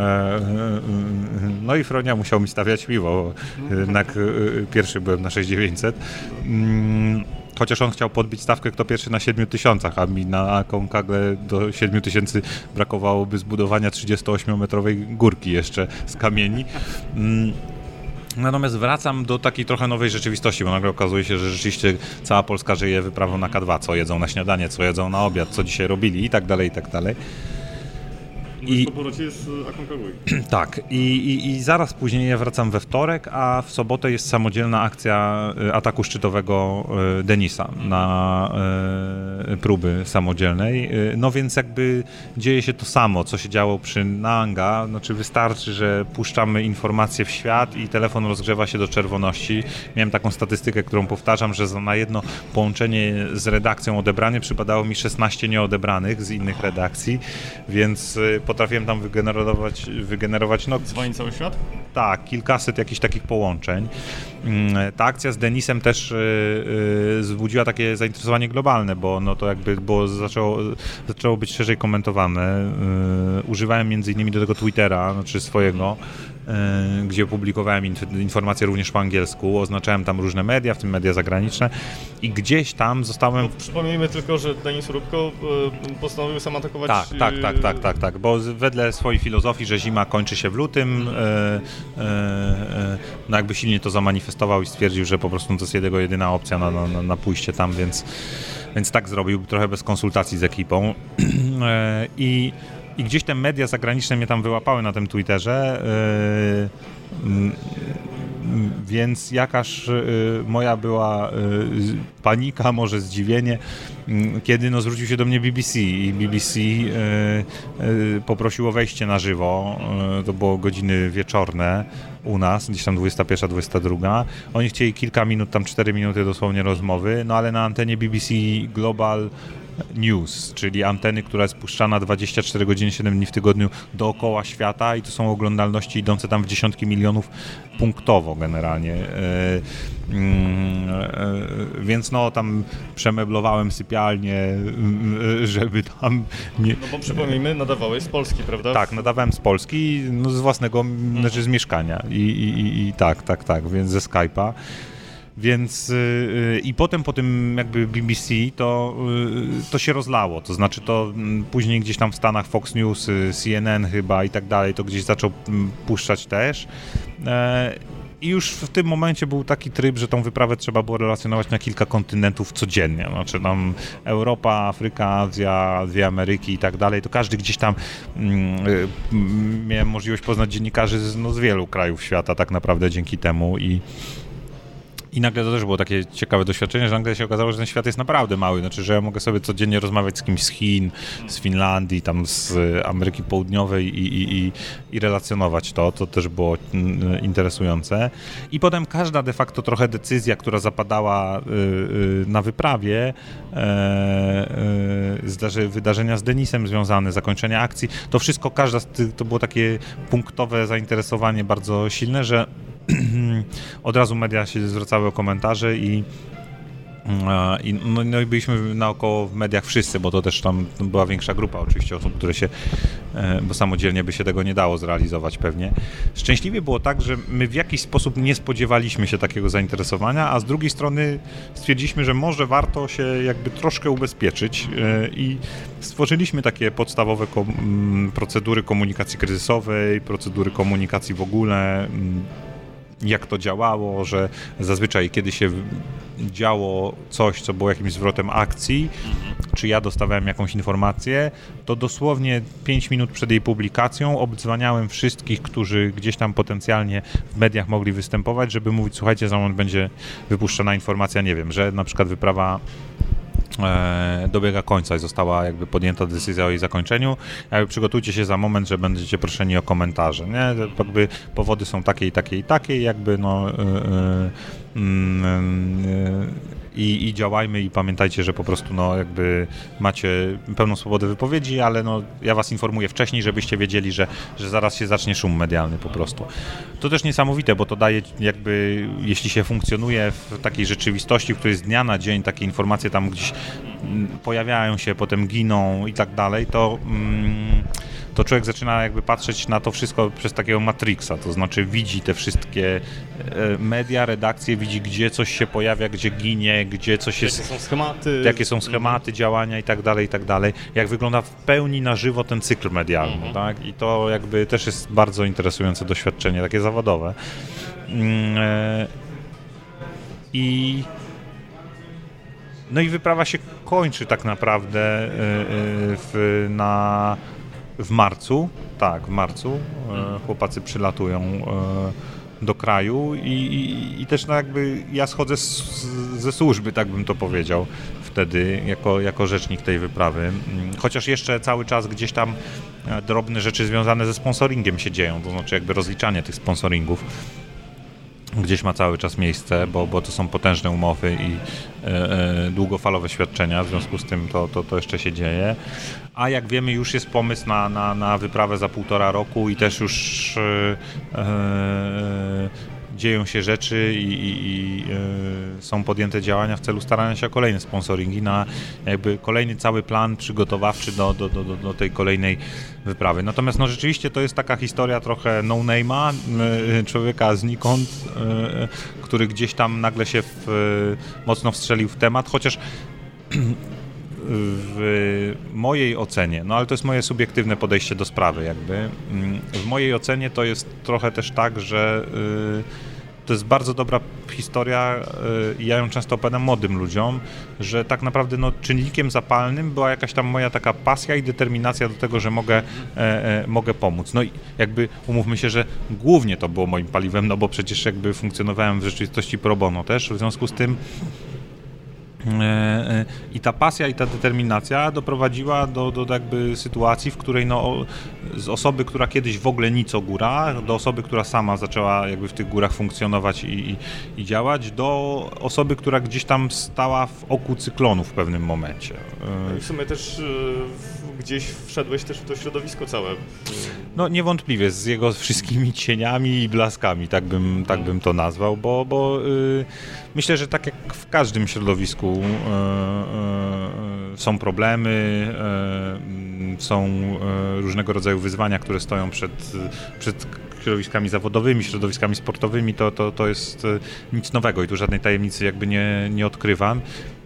No i Fronia musiał mi stawiać piwo, jednak pierwszy byłem na sześć tysięcy dziewięćset. Chociaż on chciał podbić stawkę, kto pierwszy na siedmiu tysiącach, a mi na Aconcagua do siedmiu tysięcy brakowałoby zbudowania trzydziestoośmiometrowej górki jeszcze z kamieni. Natomiast wracam do takiej trochę nowej rzeczywistości, bo nagle okazuje się, że rzeczywiście cała Polska żyje wyprawą na K dwa, co jedzą na śniadanie, co jedzą na obiad, co dzisiaj robili i tak dalej, i tak dalej. I po powrocie jest Aconcagua. Tak, I, i, i zaraz później ja wracam we wtorek, a w sobotę jest samodzielna akcja ataku szczytowego Denisa na próby samodzielnej. No więc jakby dzieje się to samo, co się działo przy Nanga. Znaczy wystarczy, że puszczamy informacje w świat i telefon rozgrzewa się do czerwoności. Miałem taką statystykę, którą powtarzam, że na jedno połączenie z redakcją odebranie przypadało mi szesnaście nieodebranych z innych redakcji, więc potrafiłem tam wygenerować, wygenerować no... Dzwoni cały świat? Tak, kilkaset jakichś takich połączeń. Ta akcja z Denisem też yy, wzbudziła takie zainteresowanie globalne, bo no to jakby było, zaczęło, zaczęło być szerzej komentowane. Yy, używałem między innymi do tego Twittera, znaczy swojego, yy, gdzie publikowałem inf- informacje również po angielsku, oznaczałem tam różne media, w tym media zagraniczne i gdzieś tam zostałem... No, przypomnijmy tylko, że Denis Róbko yy, postanowił sam atakować... Tak, tak, tak, tak, tak, tak, bo wedle swojej filozofii, że zima kończy się w lutym, yy, yy, yy, no jakby silnie to zamanifestował i stwierdził, że po prostu to jest jego jedyna opcja na, na, na pójście tam, więc, więc tak zrobił, trochę bez konsultacji z ekipą. I, i gdzieś te media zagraniczne mnie tam wyłapały na tym Twitterze, więc jakaż moja była panika, może zdziwienie, kiedy no zwrócił się do mnie B B C i B B C poprosił o wejście na żywo, to było godziny wieczorne u nas, gdzieś tam dwudziesta pierwsza, dwudziesta druga. Oni chcieli kilka minut, tam cztery minuty dosłownie rozmowy, no ale na antenie B B C Global News, czyli anteny, która jest puszczana dwadzieścia cztery godziny, siedem dni w tygodniu dookoła świata i to są oglądalności idące tam w dziesiątki milionów punktowo generalnie. Yy, yy, yy, więc no tam przemeblowałem sypialnię, yy, żeby tam... Nie... No bo przypomnijmy, nadawałeś z Polski, prawda? Tak, nadawałem z Polski, no z własnego, mhm. znaczy z mieszkania i, i, i, i tak, tak, tak, więc ze Skype'a. Więc yy, i potem po tym jakby B B C to, yy, to się rozlało, to znaczy to yy, później gdzieś tam w Stanach Fox News, yy, C N N chyba i tak dalej, to gdzieś zaczął yy, puszczać też. Yy, I już w tym momencie był taki tryb, że tą wyprawę trzeba było relacjonować na kilka kontynentów codziennie, znaczy tam Europa, Afryka, Azja, dwie Ameryki i tak dalej, to każdy gdzieś tam yy, miałem możliwość poznać dziennikarzy z, no, z wielu krajów świata tak naprawdę dzięki temu i I nagle to też było takie ciekawe doświadczenie, że nagle się okazało, że ten świat jest naprawdę mały, znaczy, że ja mogę sobie codziennie rozmawiać z kimś z Chin, z Finlandii, tam z Ameryki Południowej i, i, i, i relacjonować to, to też było interesujące. I potem każda de facto trochę decyzja, która zapadała y, y, na wyprawie, y, y, zdarzy, wydarzenia z Denisem związane, zakończenie akcji, to wszystko, każda z tych, to było takie punktowe zainteresowanie bardzo silne, że od razu media się zwracały o komentarze i, i, no, no i byliśmy naokoło w mediach wszyscy, bo to też tam była większa grupa oczywiście osób, które się, bo samodzielnie by się tego nie dało zrealizować pewnie. Szczęśliwie było tak, że my w jakiś sposób nie spodziewaliśmy się takiego zainteresowania, a z drugiej strony stwierdziliśmy, że może warto się jakby troszkę ubezpieczyć i stworzyliśmy takie podstawowe kom- procedury komunikacji kryzysowej, procedury komunikacji w ogóle, jak to działało, że zazwyczaj kiedy się działo coś, co było jakimś zwrotem akcji, czy ja dostawałem jakąś informację, to dosłownie pięć minut przed jej publikacją obdzwaniałem wszystkich, którzy gdzieś tam potencjalnie w mediach mogli występować, żeby mówić, słuchajcie, za moment będzie wypuszczona informacja, nie wiem, że na przykład wyprawa e, dobiega końca i została jakby podjęta decyzja o jej zakończeniu. Jakby przygotujcie się za moment, że będziecie proszeni o komentarze, nie? Jakby powody są takie i takie i takie, jakby no e, e, e, I, i działajmy i pamiętajcie, że po prostu no jakby macie pełną swobodę wypowiedzi, ale no ja was informuję wcześniej, żebyście wiedzieli, że, że zaraz się zacznie szum medialny po prostu. To też niesamowite, bo to daje jakby, jeśli się funkcjonuje w takiej rzeczywistości, w której z dnia na dzień takie informacje tam gdzieś pojawiają się, potem giną i tak dalej, to mm, to człowiek zaczyna jakby patrzeć na to wszystko przez takiego Matrixa, to znaczy widzi te wszystkie media, redakcje, widzi gdzie coś się pojawia, gdzie ginie, gdzie coś jest... Jakie są schematy. Jakie są schematy działania i tak dalej, i tak dalej. Jak wygląda w pełni na żywo ten cykl medialny, mhm. tak? I to jakby też jest bardzo interesujące doświadczenie, takie zawodowe. I... No i wyprawa się kończy tak naprawdę w, na... w marcu, tak, w marcu e, chłopacy przylatują e, do kraju i, i, i też no jakby ja schodzę z, ze służby, tak bym to powiedział, wtedy jako, jako rzecznik tej wyprawy. Chociaż jeszcze cały czas gdzieś tam drobne rzeczy związane ze sponsoringiem się dzieją, to znaczy jakby rozliczanie tych sponsoringów gdzieś ma cały czas miejsce, bo, bo to są potężne umowy i e, e, długofalowe świadczenia, w związku z tym to, to, to jeszcze się dzieje. A jak wiemy, już jest pomysł na, na, na wyprawę za półtora roku i też już e, e, dzieją się rzeczy i, i, i y, są podjęte działania w celu starania się o kolejne sponsoringi, na jakby kolejny cały plan przygotowawczy do, do, do, do tej kolejnej wyprawy. Natomiast no rzeczywiście to jest taka historia trochę no-name'a, y, człowieka znikąd, y, który gdzieś tam nagle się w, y, mocno wstrzelił w temat, chociaż w mojej ocenie, no ale to jest moje subiektywne podejście do sprawy jakby, w mojej ocenie to jest trochę też tak, że to jest bardzo dobra historia i ja ją często opowiadam młodym ludziom, że tak naprawdę no, czynnikiem zapalnym była jakaś tam moja taka pasja i determinacja do tego, że mogę, e, e, mogę pomóc. No i jakby umówmy się, że głównie to było moim paliwem, no bo przecież jakby funkcjonowałem w rzeczywistości pro bono też, w związku z tym i ta pasja i ta determinacja doprowadziła do, do jakby sytuacji, w której no, z osoby, która kiedyś w ogóle nic o górach, do osoby, która sama zaczęła jakby w tych górach funkcjonować i, i, i działać, do osoby, która gdzieś tam stała w oku cyklonu w pewnym momencie. No i w sumie też gdzieś wszedłeś też w to środowisko całe. No niewątpliwie, z jego wszystkimi cieniami i blaskami, tak bym, tak bym to nazwał, bo, bo yy, myślę, że tak jak w każdym środowisku yy, yy, są problemy, yy, są yy, różnego rodzaju wyzwania, które stoją przed, przed środowiskami zawodowymi, środowiskami sportowymi, to, to, to jest yy, nic nowego i tu żadnej tajemnicy jakby nie, nie odkrywam.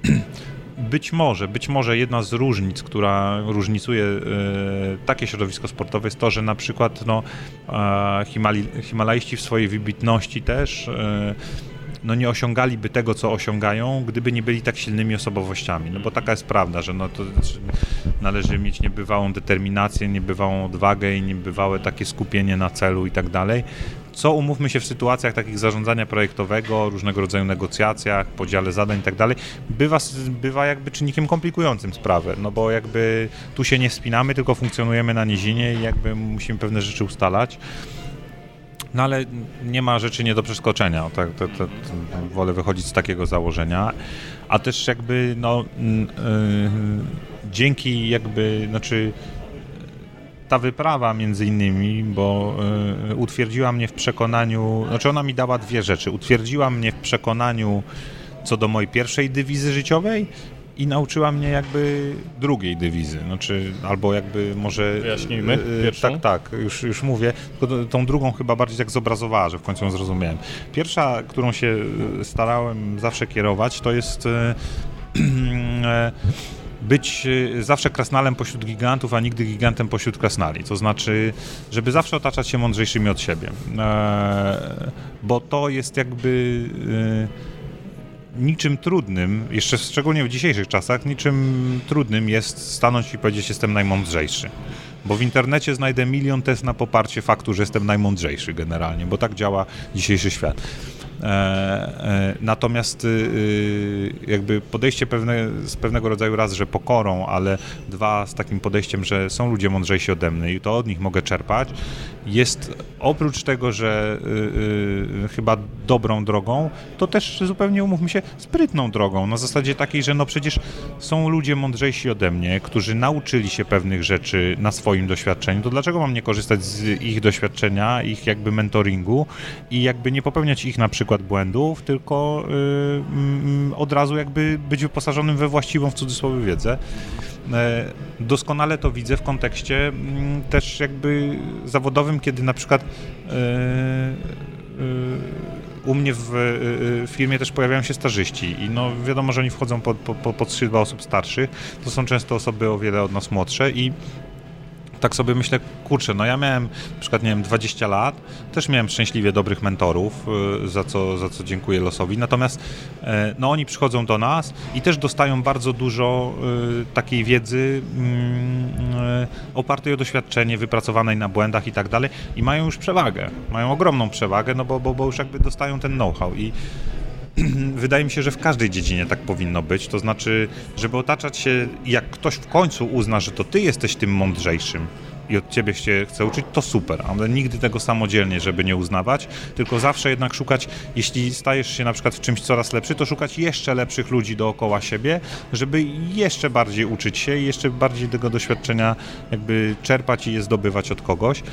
Być może, być może jedna z różnic, która różnicuje e, takie środowisko sportowe jest to, że na przykład no, e, Himali, Himalaiści w swojej wybitności też e, no, nie osiągaliby tego, co osiągają, gdyby nie byli tak silnymi osobowościami. No bo taka jest prawda, że no, to należy mieć niebywałą determinację, niebywałą odwagę i niebywałe takie skupienie na celu i tak dalej. Co umówmy się w sytuacjach takich zarządzania projektowego, różnego rodzaju negocjacjach, podziale zadań i tak dalej, bywa, bywa jakby czynnikiem komplikującym sprawę, no bo jakby tu się nie wspinamy, tylko funkcjonujemy na nizinie i jakby musimy pewne rzeczy ustalać. No ale nie ma rzeczy nie do przeskoczenia, tak, to, to, to, wolę wychodzić z takiego założenia, a też jakby no yy, dzięki jakby, znaczy ta wyprawa między innymi, bo y, utwierdziła mnie w przekonaniu, znaczy ona mi dała dwie rzeczy. Utwierdziła mnie w przekonaniu co do mojej pierwszej dywizy życiowej i nauczyła mnie jakby drugiej dywizy. Znaczy, albo jakby może... Wyjaśnijmy y, pierwszą. Tak, tak, już, już mówię. Tylko tą drugą chyba bardziej tak zobrazowała, że w końcu ją zrozumiałem. Pierwsza, którą się starałem zawsze kierować, to jest... Y, y, być zawsze krasnalem pośród gigantów, a nigdy gigantem pośród krasnali. To znaczy, żeby zawsze otaczać się mądrzejszymi od siebie. E, bo to jest jakby e, niczym trudnym, jeszcze szczególnie w dzisiejszych czasach, niczym trudnym jest stanąć i powiedzieć, jestem najmądrzejszy. Bo w internecie znajdę milion test na poparcie faktu, że jestem najmądrzejszy generalnie, bo tak działa dzisiejszy świat. E, e, natomiast y, jakby podejście pewne, z pewnego rodzaju raz, że pokorą, ale dwa z takim podejściem, że są ludzie mądrzejsi ode mnie i to od nich mogę czerpać, jest oprócz tego, że y, y, chyba dobrą drogą, to też zupełnie, umówmy się, sprytną drogą, na zasadzie takiej, że no przecież są ludzie mądrzejsi ode mnie, którzy nauczyli się pewnych rzeczy na swoim doświadczeniu, to dlaczego mam nie korzystać z ich doświadczenia, ich jakby mentoringu i jakby nie popełniać ich na przykład błędów, tylko y, y, od razu jakby być wyposażonym we właściwą w cudzysłowie wiedzę. E, doskonale to widzę w kontekście y, też jakby zawodowym, kiedy na przykład y, y, u mnie w y, firmie też pojawiają się stażyści i no wiadomo, że oni wchodzą pod, pod, pod skrzydła osób starszych, to są często osoby o wiele od nas młodsze i tak sobie myślę, kurczę, no ja miałem na przykład, nie wiem, dwadzieścia lat, też miałem szczęśliwie dobrych mentorów, za co, za co dziękuję losowi, natomiast no oni przychodzą do nas i też dostają bardzo dużo takiej wiedzy opartej o doświadczenie, wypracowanej na błędach i tak dalej i mają już przewagę, mają ogromną przewagę, no bo, bo, bo już jakby dostają ten know-how i wydaje mi się, że w każdej dziedzinie tak powinno być, to znaczy, żeby otaczać się, jak ktoś w końcu uzna, że to ty jesteś tym mądrzejszym i od ciebie się chce uczyć, to super, ale nigdy tego samodzielnie, żeby nie uznawać, tylko zawsze jednak szukać, jeśli stajesz się na przykład w czymś coraz lepszy, to szukać jeszcze lepszych ludzi dookoła siebie, żeby jeszcze bardziej uczyć się i jeszcze bardziej tego doświadczenia jakby czerpać i je zdobywać od kogoś.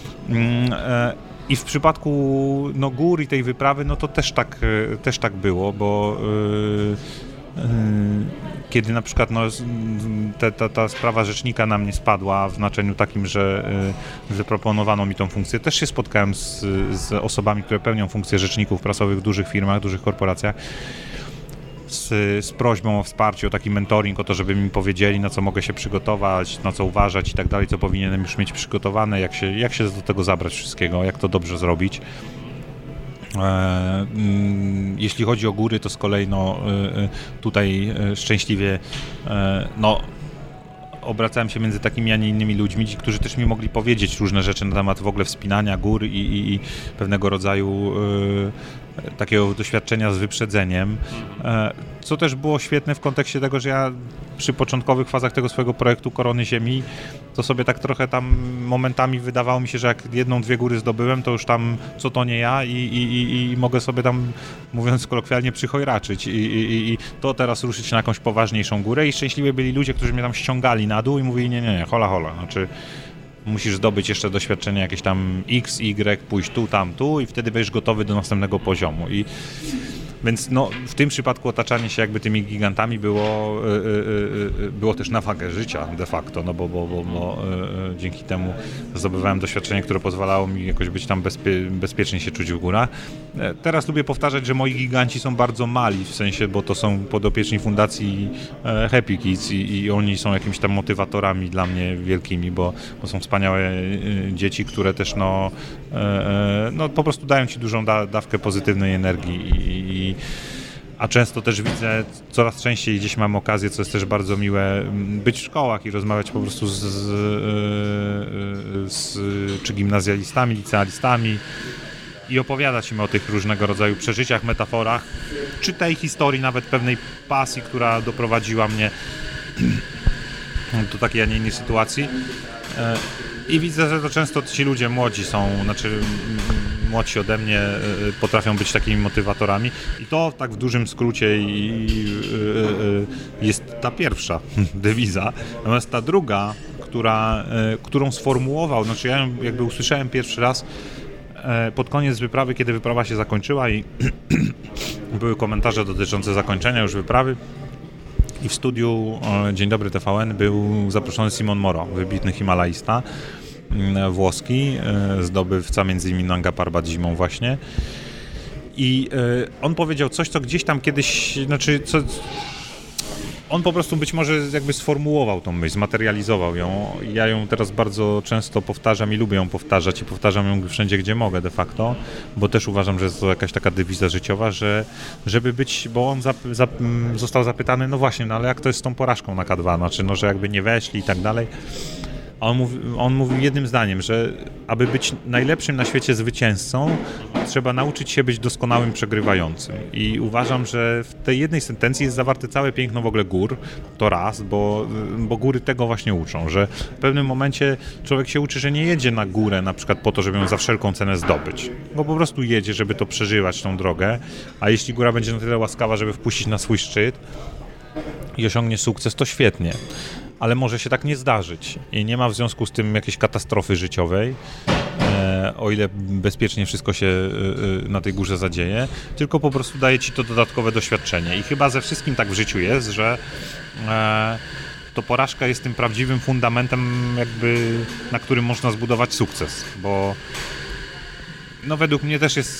I w przypadku no, gór i tej wyprawy, no to też tak, też tak było, bo yy, yy, kiedy na przykład no, te, ta, ta sprawa rzecznika na mnie spadła w znaczeniu takim, że yy, zaproponowano mi tą funkcję, też się spotkałem z, z osobami, które pełnią funkcję rzeczników prasowych w dużych firmach, dużych korporacjach, Z, z prośbą o wsparcie, o taki mentoring, o to, żeby mi powiedzieli, na co mogę się przygotować, na co uważać i tak dalej, co powinienem już mieć przygotowane, jak się, jak się do tego zabrać wszystkiego, jak to dobrze zrobić. E, mm, jeśli chodzi o góry, to z kolei no, e, tutaj e, szczęśliwie e, no, obracałem się między takimi, a nie innymi ludźmi, którzy też mi mogli powiedzieć różne rzeczy na temat w ogóle wspinania gór i, i, i pewnego rodzaju e, takiego doświadczenia z wyprzedzeniem, e, co też było świetne w kontekście tego, że ja przy początkowych fazach tego swojego projektu Korony Ziemi, to sobie tak trochę tam momentami wydawało mi się, że jak jedną, dwie góry zdobyłem, to już tam co to nie ja i, i, i, i mogę sobie tam, mówiąc kolokwialnie, przychojraczyć i, i, i to teraz ruszyć na jakąś poważniejszą górę i szczęśliwie byli ludzie, którzy mnie tam ściągali na dół i mówili nie, nie, nie, hola, hola, znaczy musisz zdobyć jeszcze doświadczenie jakieś tam X, Y, pójść tu, tam, tu i wtedy będziesz gotowy do następnego poziomu. I więc no, w tym przypadku otaczanie się jakby tymi gigantami było, yy, yy, było też na wagę życia de facto, no bo, bo, bo, bo yy, dzięki temu zdobywałem doświadczenie, które pozwalało mi jakoś być tam bezpie- bezpiecznie się czuć w górach. Yy, teraz lubię powtarzać, że moi giganci są bardzo mali, w sensie, bo to są podopieczni fundacji yy, Happy Kids i, i oni są jakimiś tam motywatorami dla mnie wielkimi, bo, bo są wspaniałe yy, dzieci, które też no, yy, no po prostu dają ci dużą da- dawkę pozytywnej energii i, i a często też widzę, coraz częściej gdzieś mam okazję, co jest też bardzo miłe, być w szkołach i rozmawiać po prostu z, z, z czy gimnazjalistami, licealistami i opowiadać im o tych różnego rodzaju przeżyciach, metaforach, czy tej historii, nawet pewnej pasji, która doprowadziła mnie do takiej, a nie innej sytuacji. I widzę, że to często ci ludzie młodzi są, znaczy młodsi ode mnie potrafią być takimi motywatorami i to tak w dużym skrócie jest ta pierwsza dewiza. Natomiast ta druga, która, którą sformułował, znaczy ja ją jakby usłyszałem pierwszy raz pod koniec wyprawy, kiedy wyprawa się zakończyła i były komentarze dotyczące zakończenia już wyprawy. I w studiu Dzień Dobry T V N był zaproszony Simon Moro, wybitny himalaista włoski, zdobywca między innymi Nanga Parbat zimą właśnie. I on powiedział coś, co gdzieś tam kiedyś, znaczy co, on po prostu być może jakby sformułował tą myśl, zmaterializował ją. Ja ją teraz bardzo często powtarzam i lubię ją powtarzać i powtarzam ją wszędzie, gdzie mogę de facto, bo też uważam, że jest to jakaś taka dewiza życiowa, że żeby być, bo on zap, zap, został zapytany, no właśnie, no ale jak to jest z tą porażką na K dwa, znaczy no, że jakby nie weszli i tak dalej. A on, mówi, on mówił jednym zdaniem, że aby być najlepszym na świecie zwycięzcą, trzeba nauczyć się być doskonałym przegrywającym. I uważam, że w tej jednej sentencji jest zawarte całe piękno w ogóle gór, to raz, bo, bo góry tego właśnie uczą, że w pewnym momencie człowiek się uczy, że nie jedzie na górę na przykład po to, żeby ją za wszelką cenę zdobyć, bo po prostu jedzie, żeby to przeżywać, tą drogę, a jeśli góra będzie na tyle łaskawa, żeby wpuścić na swój szczyt i osiągnie sukces, to świetnie. Ale może się tak nie zdarzyć i nie ma w związku z tym jakiejś katastrofy życiowej, e, o ile bezpiecznie wszystko się e, na tej górze zadzieje, tylko po prostu daje ci to dodatkowe doświadczenie. I chyba ze wszystkim tak w życiu jest, że e, to porażka jest tym prawdziwym fundamentem, jakby, na którym można zbudować sukces, bo no według mnie też jest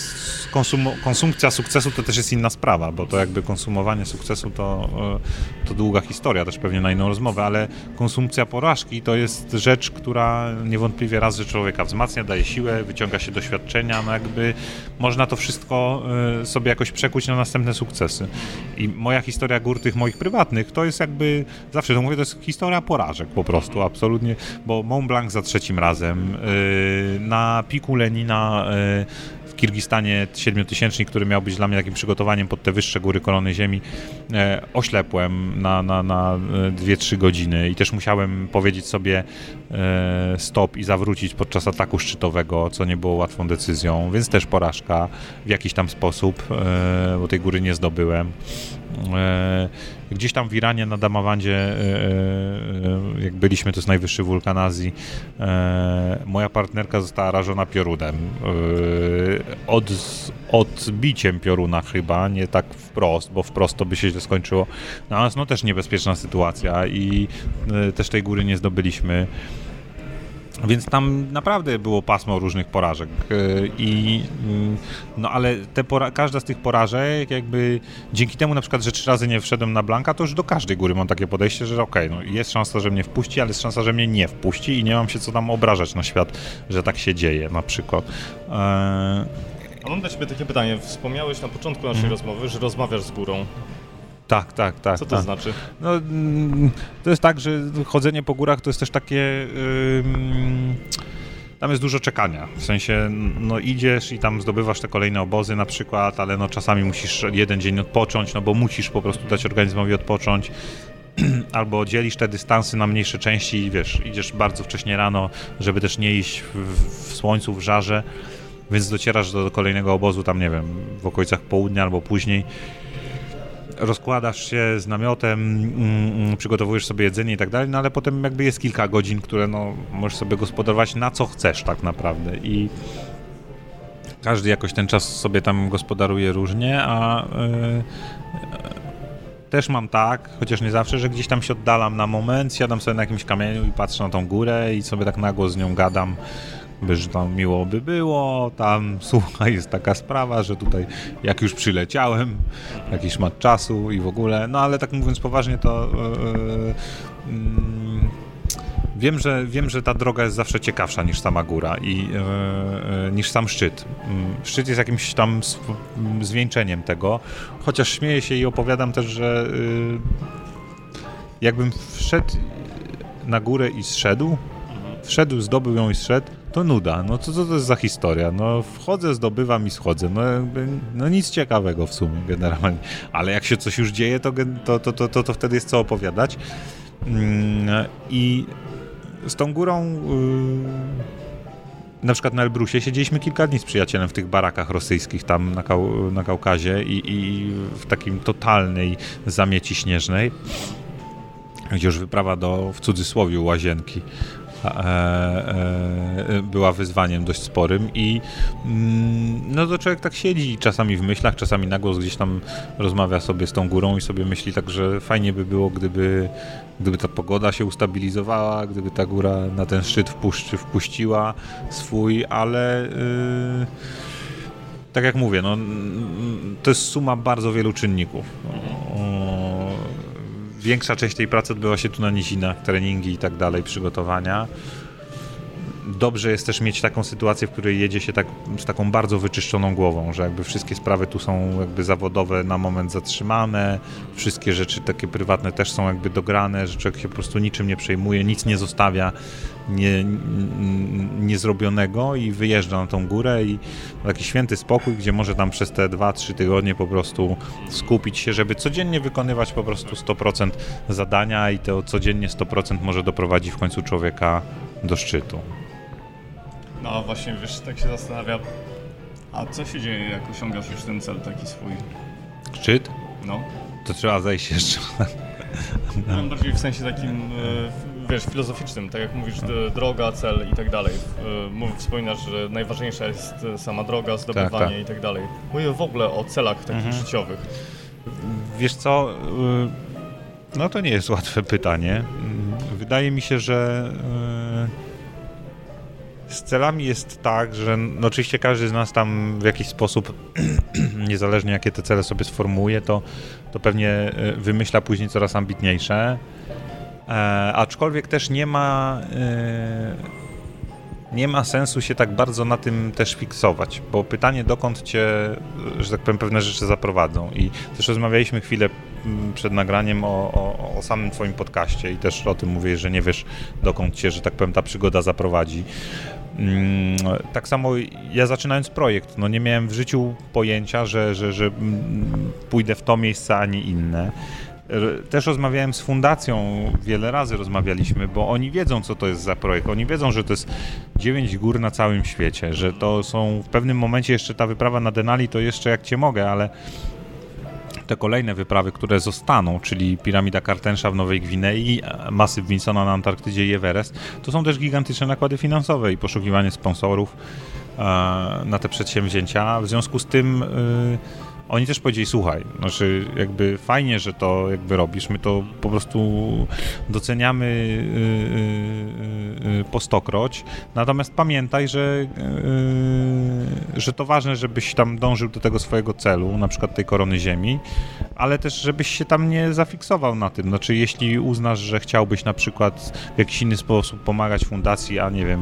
konsum- konsumpcja sukcesu to też jest inna sprawa, bo to jakby konsumowanie sukcesu to, to długa historia, też pewnie na inną rozmowę, ale konsumpcja porażki to jest rzecz, która niewątpliwie raz, że człowieka wzmacnia, daje siłę, wyciąga się doświadczenia, no jakby można to wszystko sobie jakoś przekuć na następne sukcesy. I moja historia gór tych moich prywatnych to jest jakby, zawsze to mówię, to jest historia porażek po prostu, absolutnie, bo Mont Blanc za trzecim razem, na piku Lenina w Kirgistanie siedmiotysięcznik, który miał być dla mnie takim przygotowaniem pod te wyższe góry Korony Ziemi, oślepłem na, na, na dwie trzy godziny i też musiałem powiedzieć sobie stop i zawrócić podczas ataku szczytowego, co nie było łatwą decyzją, więc też porażka w jakiś tam sposób, bo tej góry nie zdobyłem. Gdzieś tam w Iranie na Damawandzie, jak byliśmy, to jest najwyższy wulkan Azji, moja partnerka została rażona piorunem. Od, odbiciem pioruna chyba, nie tak wprost, bo wprost to by się źle skończyło. Natomiast no też niebezpieczna sytuacja i też tej góry nie zdobyliśmy. Więc tam naprawdę było pasmo różnych porażek i no ale te pora- każda z tych porażek jakby dzięki temu na przykład, że trzy razy nie wszedłem na Blanka, to już do każdej góry mam takie podejście, że okej, okay, no jest szansa, że mnie wpuści, ale jest szansa, że mnie nie wpuści i nie mam się co tam obrażać na świat, że tak się dzieje na przykład. E... A mam dla ciebie takie pytanie. Wspomniałeś na początku naszej hmm. rozmowy, że rozmawiasz z górą. Tak, tak, tak. Co to tak. znaczy? No, to jest tak, że chodzenie po górach to jest też takie... Yy, tam jest dużo czekania. W sensie, no idziesz i tam zdobywasz te kolejne obozy na przykład, ale no czasami musisz jeden dzień odpocząć, no bo musisz po prostu dać organizmowi odpocząć. Albo dzielisz te dystansy na mniejsze części i wiesz, idziesz bardzo wcześnie rano, żeby też nie iść w, w słońcu, w żarze, więc docierasz do, do kolejnego obozu tam, nie wiem, w okolicach południa albo później. Rozkładasz się z namiotem, mm, przygotowujesz sobie jedzenie i tak dalej, no ale potem jakby jest kilka godzin, które no możesz sobie gospodarować na co chcesz tak naprawdę i każdy jakoś ten czas sobie tam gospodaruje różnie, a yy, też mam tak, chociaż nie zawsze, że gdzieś tam się oddalam na moment, siadam sobie na jakimś kamieniu i patrzę na tą górę i sobie tak na głos z nią gadam, że tam miło by było, tam słuchaj, jest taka sprawa, że tutaj jak już przyleciałem, jakiś szmat czasu i w ogóle, no ale tak mówiąc poważnie to yy, yy, wiem, że, wiem, że ta droga jest zawsze ciekawsza niż sama góra i yy, yy, niż sam szczyt. Yy, szczyt jest jakimś tam zwieńczeniem tego, chociaż śmieję się i opowiadam też, że yy, jakbym wszedł na górę i zszedł, wszedł, zdobył ją i zszedł, to nuda. No co, co to jest za historia? No wchodzę, zdobywam i schodzę. No, jakby, no nic ciekawego w sumie generalnie. Ale jak się coś już dzieje, to, to, to, to, to wtedy jest co opowiadać. I z tą górą yy, na przykład na Elbrusie siedzieliśmy kilka dni z przyjacielem w tych barakach rosyjskich tam na, Kau- na Kaukazie i, i w takim totalnej zamieci śnieżnej, gdzie już wyprawa do, w cudzysłowie, łazienki E, e, była wyzwaniem dość sporym i mm, no to człowiek tak siedzi czasami w myślach, czasami na głos gdzieś tam rozmawia sobie z tą górą i sobie myśli tak, że fajnie by było, gdyby, gdyby ta pogoda się ustabilizowała, gdyby ta góra na ten szczyt wpuszczy, wpuściła swój, ale yy, tak jak mówię, no, to jest suma bardzo wielu czynników. O, większa część tej pracy odbywa się tu na nizinach, treningi i tak dalej, przygotowania. Dobrze jest też mieć taką sytuację, w której jedzie się tak, z taką bardzo wyczyszczoną głową, że jakby wszystkie sprawy tu są jakby zawodowe na moment zatrzymane, wszystkie rzeczy takie prywatne też są jakby dograne, że człowiek się po prostu niczym nie przejmuje, nic nie zostawia nie, niezrobionego i wyjeżdża na tą górę i taki święty spokój, gdzie może tam przez te dwa trzy tygodnie po prostu skupić się, żeby codziennie wykonywać po prostu sto procent zadania i to codziennie sto procent może doprowadzi w końcu człowieka do szczytu. No właśnie, wiesz, tak się zastanawiam, a co się dzieje, jak osiągasz już ten cel taki swój? Szczyt? No. To trzeba zejść jeszcze. No. Bardziej w sensie takim, wiesz, filozoficznym, tak jak mówisz, droga, cel i tak dalej. Wspominasz, że najważniejsza jest sama droga, zdobywanie tak, tak. i tak dalej. Mówię w ogóle o celach takich mhm. życiowych. Wiesz co, no to nie jest łatwe pytanie. Wydaje mi się, że Z celami jest tak, że no oczywiście każdy z nas tam w jakiś sposób, niezależnie jakie te cele sobie sformułuje, to, to pewnie wymyśla później coraz ambitniejsze. E, aczkolwiek też nie ma, e, nie ma sensu się tak bardzo na tym też fiksować, bo pytanie, dokąd cię, że tak powiem, pewne rzeczy zaprowadzą. I też rozmawialiśmy chwilę przed nagraniem o, o, o samym twoim podcaście i też o tym mówię, że nie wiesz, dokąd cię, że tak powiem, ta przygoda zaprowadzi. Tak samo ja zaczynając projekt, no nie miałem w życiu pojęcia, że, że, że pójdę w to miejsce, a nie inne. Też rozmawiałem z fundacją, wiele razy rozmawialiśmy, bo oni wiedzą, co to jest za projekt. Oni wiedzą, że to jest dziewięć gór na całym świecie, że to są w pewnym momencie jeszcze ta wyprawa na Denali, to jeszcze jak cię mogę, ale te kolejne wyprawy, które zostaną, czyli piramida Kartensza w Nowej Gwinei, masyw Wilsona na Antarktydzie i Everest, to są też gigantyczne nakłady finansowe i poszukiwanie sponsorów e, na te przedsięwzięcia. W związku z tym e, oni też powiedzieli, słuchaj, znaczy jakby fajnie, że to jakby robisz, my to po prostu doceniamy yy, yy, po stokroć, natomiast pamiętaj, że, yy, że to ważne, żebyś tam dążył do tego swojego celu, na przykład tej korony ziemi, ale też żebyś się tam nie zafiksował na tym, znaczy jeśli uznasz, że chciałbyś na przykład w jakiś inny sposób pomagać fundacji, a nie wiem,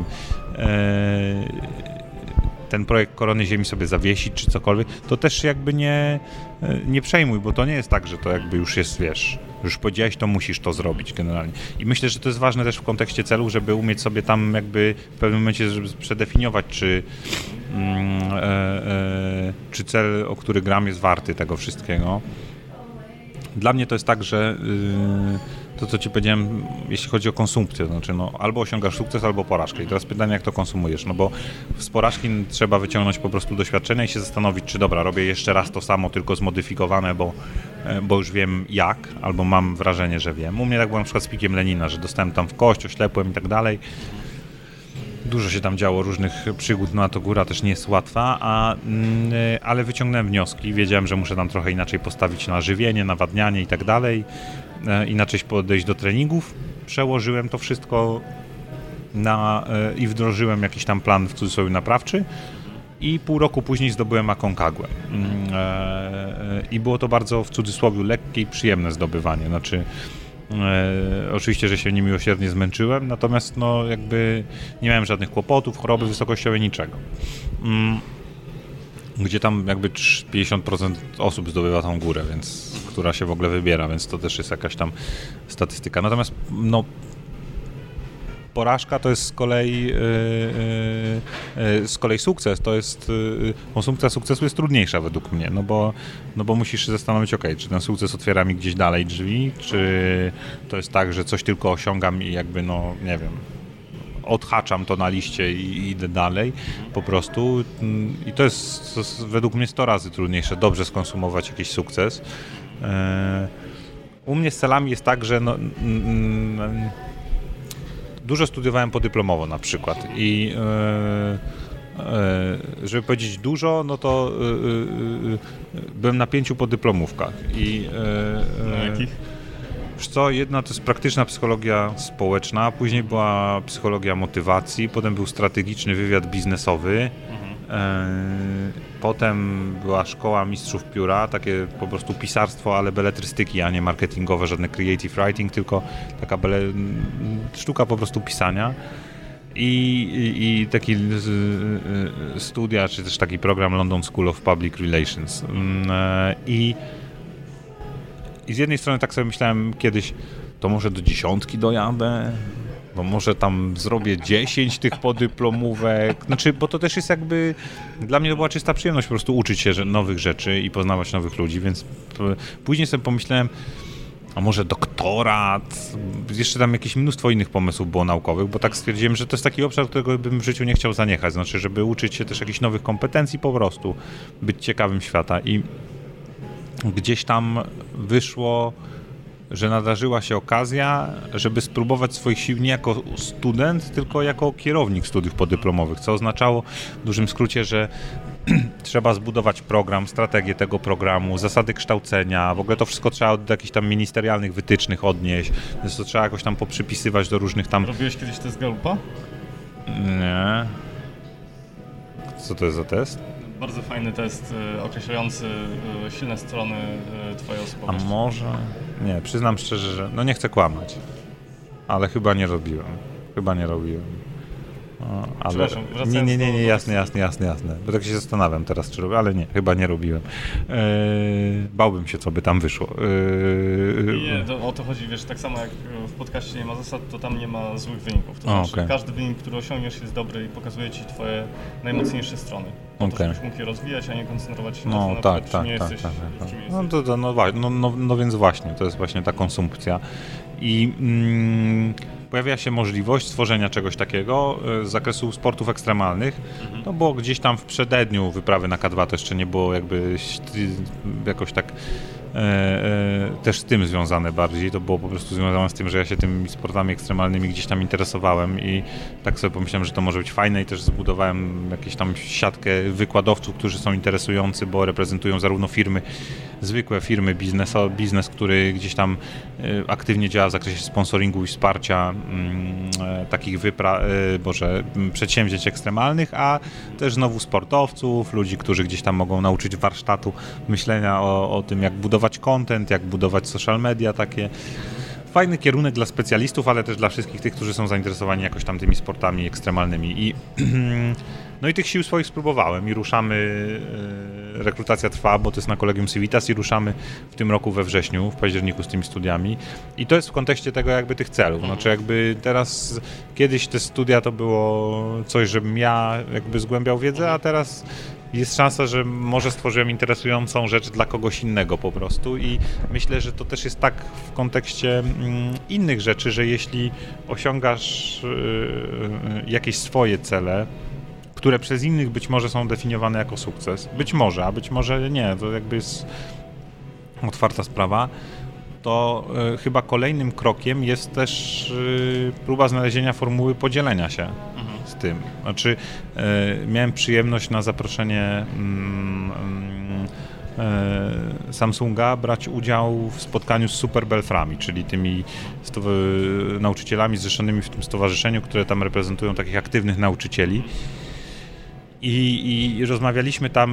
yy, ten projekt Korony Ziemi sobie zawiesić, czy cokolwiek, to też jakby nie, nie przejmuj, bo to nie jest tak, że to jakby już jest, wiesz, już powiedziałeś, to musisz to zrobić generalnie. I myślę, że to jest ważne też w kontekście celów, żeby umieć sobie tam jakby w pewnym momencie żeby przedefiniować, czy, mm, e, e, czy cel, o który gram, jest warty tego wszystkiego. Dla mnie to jest tak, że yy, to, co ci powiedziałem, jeśli chodzi o konsumpcję, to znaczy no, albo osiągasz sukces, albo porażkę. I teraz pytanie, jak to konsumujesz, no bo z porażki trzeba wyciągnąć po prostu doświadczenia i się zastanowić, czy dobra, robię jeszcze raz to samo, tylko zmodyfikowane, bo, bo już wiem jak, albo mam wrażenie, że wiem. U mnie tak było na przykład z pikiem Lenina, że dostałem tam w kość, oślepłem i tak dalej. Dużo się tam działo, różnych przygód, no a to góra też nie jest łatwa, a, yy, ale wyciągnąłem wnioski, wiedziałem, że muszę tam trochę inaczej postawić na żywienie, nawadnianie i tak dalej, yy, inaczej podejść do treningów, przełożyłem to wszystko na, yy, i wdrożyłem jakiś tam plan w cudzysłowie naprawczy i pół roku później zdobyłem Aconcagua. Yy, yy, I było to bardzo w cudzysłowie lekkie i przyjemne zdobywanie, znaczy E, oczywiście, że się niemiłosiernie zmęczyłem, natomiast no jakby nie miałem żadnych kłopotów, choroby wysokościowej, niczego. Mm, gdzie tam jakby pięćdziesiąt procent osób zdobywa tą górę, więc która się w ogóle wybiera, więc to też jest jakaś tam statystyka. Natomiast no porażka to jest z kolei yy, yy, z kolei sukces, to jest yy, konsumpcja sukcesu jest trudniejsza według mnie, no bo, no bo musisz się zastanowić, ok, czy ten sukces otwiera mi gdzieś dalej drzwi, czy to jest tak, że coś tylko osiągam i jakby no, nie wiem, odhaczam to na liście i idę dalej po prostu i to jest, to jest według mnie sto razy trudniejsze, dobrze skonsumować jakiś sukces. Yy, u mnie z celami jest tak, że no, yy, dużo studiowałem podyplomowo na przykład i yy, yy, żeby powiedzieć dużo, no to yy, yy, byłem na pięciu podyplomówkach. I, yy, na jakich? Wiesz co, jedna to jest praktyczna psychologia społeczna, później była psychologia motywacji, potem był strategiczny wywiad biznesowy, potem była szkoła mistrzów pióra, takie po prostu pisarstwo, ale beletrystyki, a nie marketingowe, żadne creative writing, tylko taka bele... sztuka po prostu pisania. I, i, i taki studia, czy też taki program London School of Public Relations. I, i z jednej strony tak sobie myślałem kiedyś, to może do dziesiątki dojadę, bo może tam zrobię dziesięć tych podyplomówek, znaczy, bo to też jest jakby, dla mnie to była czysta przyjemność po prostu uczyć się nowych rzeczy i poznawać nowych ludzi, więc później sobie pomyślałem, a może doktorat, jeszcze tam jakieś mnóstwo innych pomysłów było naukowych, bo tak stwierdziłem, że to jest taki obszar, którego bym w życiu nie chciał zaniechać, znaczy, żeby uczyć się też jakichś nowych kompetencji po prostu, być ciekawym świata i gdzieś tam wyszło, że nadarzyła się okazja, żeby spróbować swoich sił nie jako student, tylko jako kierownik studiów podyplomowych, co oznaczało w dużym skrócie, że trzeba zbudować program, strategię tego programu, zasady kształcenia, w ogóle to wszystko trzeba do jakichś tam ministerialnych wytycznych odnieść, więc to trzeba jakoś tam poprzypisywać do różnych tam... Robiłeś kiedyś test Galupa? Nie. Co to jest za test? Bardzo fajny test y, określający y, silne strony y, twojej osobowości. A może? Nie, przyznam szczerze, że no nie chcę kłamać, ale chyba nie robiłem. Chyba nie robiłem. O, ale nie, nie, nie, nie, jasne, jasne, jasne, jasne. Bo tak się zastanawiam teraz, czy robię, ale nie, chyba nie robiłem. Eee, bałbym się, co by tam wyszło. Eee, nie, to, o to chodzi, wiesz, tak samo jak w podcaście nie ma zasad, to tam nie ma złych wyników. To znaczy, okay. każdy wynik, który osiągniesz, jest dobry i pokazuje ci twoje najmocniejsze strony. Po okay. to, żebyś mógł je rozwijać, a nie koncentrować się no, na tym, tak, czy tak, nie tak, jesteś, tak, tak. czym No, jesteś. to, to, no, no, no, no więc właśnie, to jest właśnie ta konsumpcja. I mm, pojawia się możliwość stworzenia czegoś takiego z zakresu sportów ekstremalnych. Mhm. To było gdzieś tam w przededniu wyprawy na K dwa, to jeszcze nie było jakby jakoś tak e, e, też z tym związane bardziej. To było po prostu związane z tym, że ja się tymi sportami ekstremalnymi gdzieś tam interesowałem i tak sobie pomyślałem, że to może być fajne i też zbudowałem jakąś tam siatkę wykładowców, którzy są interesujący, bo reprezentują zarówno firmy, zwykłe firmy, biznes, biznes, który gdzieś tam aktywnie działa w zakresie sponsoringu i wsparcia mm, takich wypraw, boże, przedsięwzięć ekstremalnych, a też znowu sportowców, ludzi, którzy gdzieś tam mogą nauczyć warsztatu myślenia o, o tym, jak budować content, jak budować social media takie. Fajny kierunek dla specjalistów, ale też dla wszystkich tych, którzy są zainteresowani jakoś tam tymi sportami ekstremalnymi. I, no i tych sił swoich spróbowałem i ruszamy, rekrutacja trwa, bo to jest na Collegium Civitas i ruszamy w tym roku we wrześniu, w październiku z tymi studiami. I to jest w kontekście tego jakby tych celów. Znaczy jakby teraz, kiedyś te studia to było coś, żebym ja jakby zgłębiał wiedzę, a teraz jest szansa, że może stworzyłem interesującą rzecz dla kogoś innego po prostu i myślę, że to też jest tak w kontekście mm, innych rzeczy, że jeśli osiągasz yy, jakieś swoje cele, które przez innych być może są definiowane jako sukces, być może, a być może nie, to jakby jest otwarta sprawa, to y, chyba kolejnym krokiem jest też y, próba znalezienia formuły podzielenia się z tym. Znaczy, y, miałem przyjemność na zaproszenie y, y, Samsunga brać udział w spotkaniu z Super Belframi, czyli tymi sto- nauczycielami zrzeszonymi w tym stowarzyszeniu, które tam reprezentują takich aktywnych nauczycieli. I, I rozmawialiśmy tam,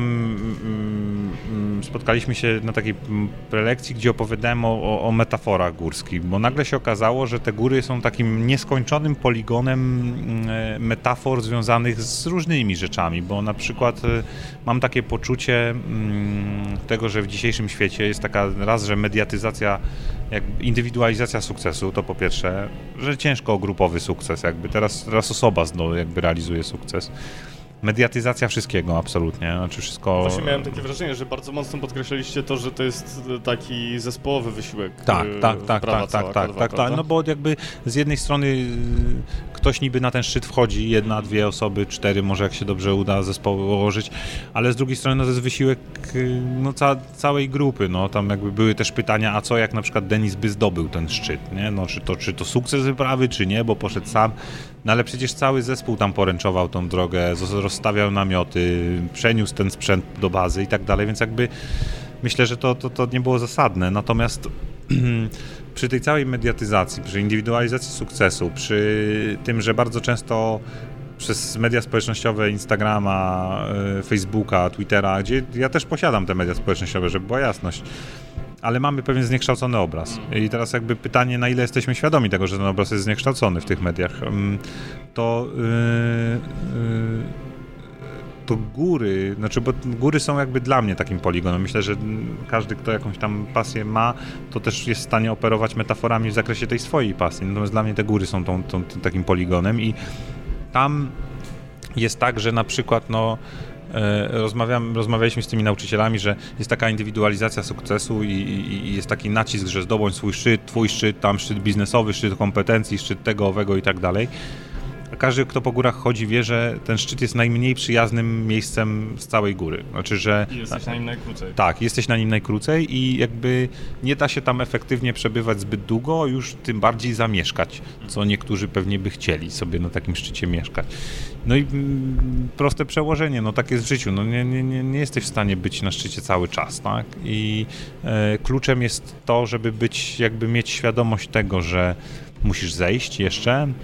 mm, spotkaliśmy się na takiej prelekcji, gdzie opowiadałem o, o metaforach górskich, bo nagle się okazało, że te góry są takim nieskończonym poligonem metafor związanych z różnymi rzeczami, bo na przykład mam takie poczucie mm, tego, że w dzisiejszym świecie jest taka raz, że mediatyzacja, jakby indywidualizacja sukcesu, to po pierwsze, że ciężko o grupowy sukces, jakby teraz, teraz osoba no, jakby realizuje sukces. Mediatyzacja wszystkiego, absolutnie. Znaczy wszystko... Właśnie miałem takie wrażenie, że bardzo mocno podkreślaliście to, że to jest taki zespołowy wysiłek. Tak, tak, tak, tak, tak, tak, tak, tak, no bo jakby z jednej strony ktoś niby na ten szczyt wchodzi, jedna, dwie osoby, cztery, może jak się dobrze uda zespoły ułożyć, ale z drugiej strony no to jest wysiłek no, ca- całej grupy, no tam jakby były też pytania, a co jak na przykład Denis by zdobył ten szczyt, nie? No czy to, czy to sukces wyprawy, czy nie, bo poszedł sam. No ale przecież cały zespół tam poręczował tą drogę, rozstawiał namioty, przeniósł ten sprzęt do bazy i tak dalej, więc jakby myślę, że to, to, to nie było zasadne. Natomiast przy tej całej mediatyzacji, przy indywidualizacji sukcesu, przy tym, że bardzo często przez media społecznościowe, Instagrama, Facebooka, Twittera, gdzie ja też posiadam te media społecznościowe, żeby była jasność, ale mamy pewien zniekształcony obraz. I teraz jakby pytanie, na ile jesteśmy świadomi tego, że ten obraz jest zniekształcony w tych mediach, to, yy, yy, to góry, znaczy bo góry są jakby dla mnie takim poligonem. Myślę, że każdy, kto jakąś tam pasję ma, to też jest w stanie operować metaforami w zakresie tej swojej pasji. Natomiast dla mnie te góry są tą, tą, tą, takim poligonem i tam jest tak, że na przykład no Rozmawiam, rozmawialiśmy z tymi nauczycielami, że jest taka indywidualizacja sukcesu i, i, i jest taki nacisk, że zdobądź swój szczyt, twój szczyt, tam szczyt biznesowy, szczyt kompetencji, szczyt tego, owego i tak dalej. Każdy, kto po górach chodzi, wie, że ten szczyt jest najmniej przyjaznym miejscem z całej góry. Znaczy, że I jesteś tak, na nim najkrócej. Tak, jesteś na nim najkrócej i jakby nie da się tam efektywnie przebywać zbyt długo, już tym bardziej zamieszkać, co niektórzy pewnie by chcieli sobie na takim szczycie mieszkać. No i mm, proste przełożenie, no tak jest w życiu, no nie, nie, nie, nie jesteś w stanie być na szczycie cały czas, tak? I e, kluczem jest to, żeby być, jakby mieć świadomość tego, że musisz zejść jeszcze,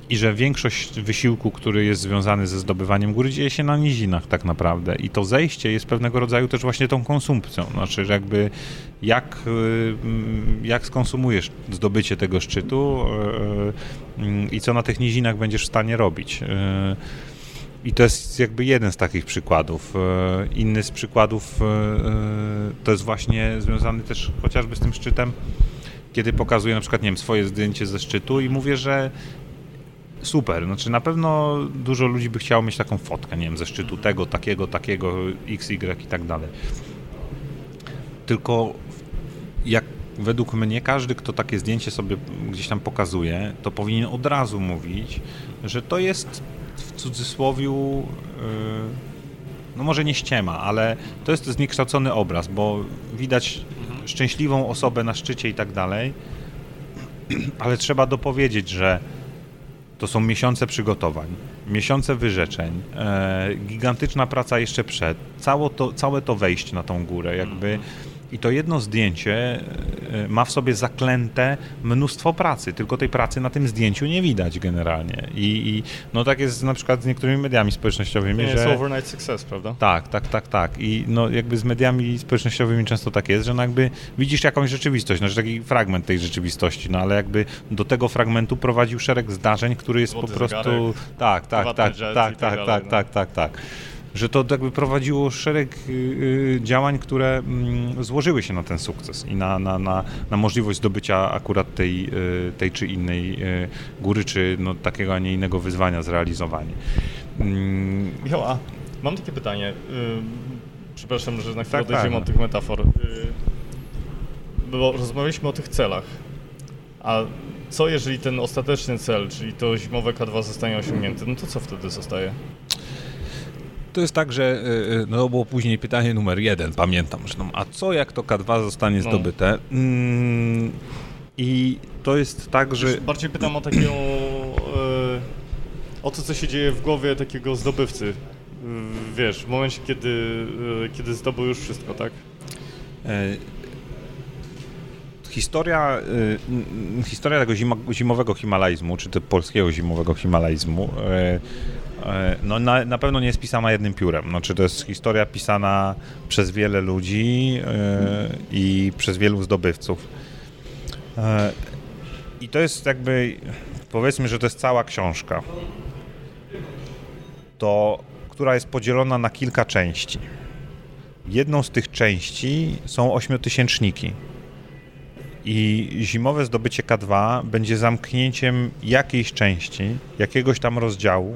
i że większość wysiłku, który jest związany ze zdobywaniem góry, dzieje się na nizinach tak naprawdę. I to zejście jest pewnego rodzaju też właśnie tą konsumpcją. Znaczy, że jakby jak, jak skonsumujesz zdobycie tego szczytu i co na tych nizinach będziesz w stanie robić. I to jest jakby jeden z takich przykładów. Inny z przykładów to jest właśnie związany też chociażby z tym szczytem, kiedy pokazuję na przykład, nie wiem, swoje zdjęcie ze szczytu i mówię, że super, znaczy na pewno dużo ludzi by chciało mieć taką fotkę, nie wiem, ze szczytu tego, takiego, takiego, X, Y i tak dalej. Tylko jak według mnie każdy, kto takie zdjęcie sobie gdzieś tam pokazuje, to powinien od razu mówić, że to jest w cudzysłowiu, no może nie ściema, ale to jest zniekształcony obraz, bo widać szczęśliwą osobę na szczycie i tak dalej, ale trzeba dopowiedzieć, że to są miesiące przygotowań, miesiące wyrzeczeń, e, gigantyczna praca jeszcze przed, całe to, całe to wejście na tą górę jakby. I to jedno zdjęcie ma w sobie zaklęte mnóstwo pracy, tylko tej pracy na tym zdjęciu nie widać generalnie. I, i no tak jest na przykład z niektórymi mediami społecznościowymi, nie że... jest overnight success, prawda? Tak, tak, tak, tak. I no jakby z mediami społecznościowymi często tak jest, że no jakby widzisz jakąś rzeczywistość, znaczy taki fragment tej rzeczywistości, no ale jakby do tego fragmentu prowadził szereg zdarzeń, który jest Złoty po prostu... zegarek, tak, tak, tak, tak, jet tak, i tak tak, dalej, tak, tak, tak, tak. Że to jakby prowadziło szereg y, działań, które y, złożyły się na ten sukces i na, na, na, na możliwość zdobycia akurat tej, y, tej czy innej y, góry, czy no, takiego, a nie innego wyzwania zrealizowania. Y, Michał, a mam takie pytanie. Y, przepraszam, że na chwilę tak, odejdziemy tak. od tych metafor. Y, bo rozmawialiśmy o tych celach. A co jeżeli ten ostateczny cel, czyli to zimowe K dwa zostanie osiągnięte, no to co wtedy zostaje? To jest tak, że no było później pytanie numer jeden, pamiętam, że no, a co jak to K dwa zostanie zdobyte? No. Mm, I to jest tak, że... Już bardziej pytam o taką, o to, co się dzieje w głowie takiego zdobywcy. Wiesz, w momencie, kiedy, kiedy zdobył już wszystko, tak? E, historia, e, historia tego zima, zimowego himalaizmu, czy tego polskiego zimowego himalaizmu, e, no na, na pewno nie jest pisana jednym piórem. Znaczy, to jest historia pisana przez wiele ludzi yy, i przez wielu zdobywców. Yy, I to jest jakby, powiedzmy, że to jest cała książka, to, która jest podzielona na kilka części. Jedną z tych części są ośmiotysięczniki. I zimowe zdobycie K dwa będzie zamknięciem jakiejś części, jakiegoś tam rozdziału.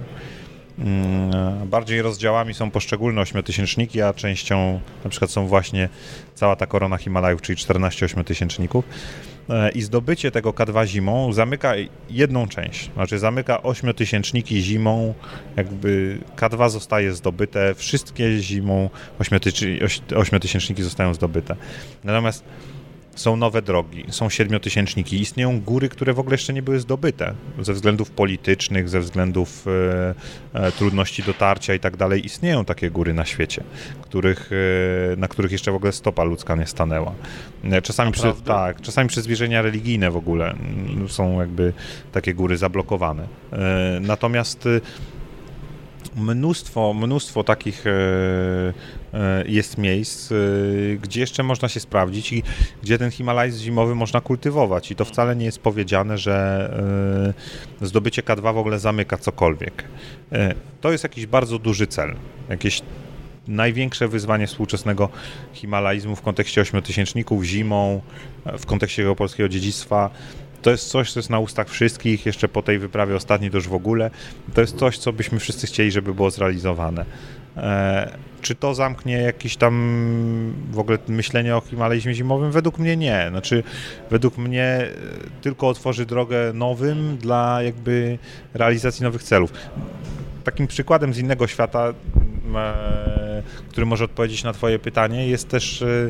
Bardziej rozdziałami są poszczególne ośmiotysięczniki, a częścią na przykład są właśnie cała ta korona Himalajów, czyli czternaście ośmiotysięczników. I zdobycie tego K dwa zimą zamyka jedną część, znaczy zamyka ośmiotysięczniki zimą, jakby K dwa zostaje zdobyte, wszystkie zimą ośmiotysięczniki zostają zdobyte. Natomiast są nowe drogi, są siedmiotysięczniki, istnieją góry, które w ogóle jeszcze nie były zdobyte ze względów politycznych, ze względów e, e, trudności dotarcia i tak dalej. Istnieją takie góry na świecie, których, e, na których jeszcze w ogóle stopa ludzka nie stanęła. Czasami, przy, tak, czasami przez zwierzenia religijne w ogóle są jakby takie góry zablokowane. E, natomiast mnóstwo, mnóstwo takich e, e, jest miejsc, e, gdzie jeszcze można się sprawdzić i gdzie ten Himalajzm zimowy można kultywować i to wcale nie jest powiedziane, że e, zdobycie K dwa w ogóle zamyka cokolwiek. E, to jest jakiś bardzo duży cel, jakieś największe wyzwanie współczesnego Himalajzmu w kontekście ośmiotysięczników zimą, w kontekście jego polskiego dziedzictwa. To jest coś, co jest na ustach wszystkich, jeszcze po tej wyprawie ostatniej to już w ogóle. To jest coś, co byśmy wszyscy chcieli, żeby było zrealizowane. E, czy to zamknie jakieś tam w ogóle myślenie o Himalajzmie zimowym? Według mnie nie. Znaczy, według mnie tylko otworzy drogę nowym dla jakby realizacji nowych celów. Takim przykładem z innego świata, e, który może odpowiedzieć na twoje pytanie, jest też... E,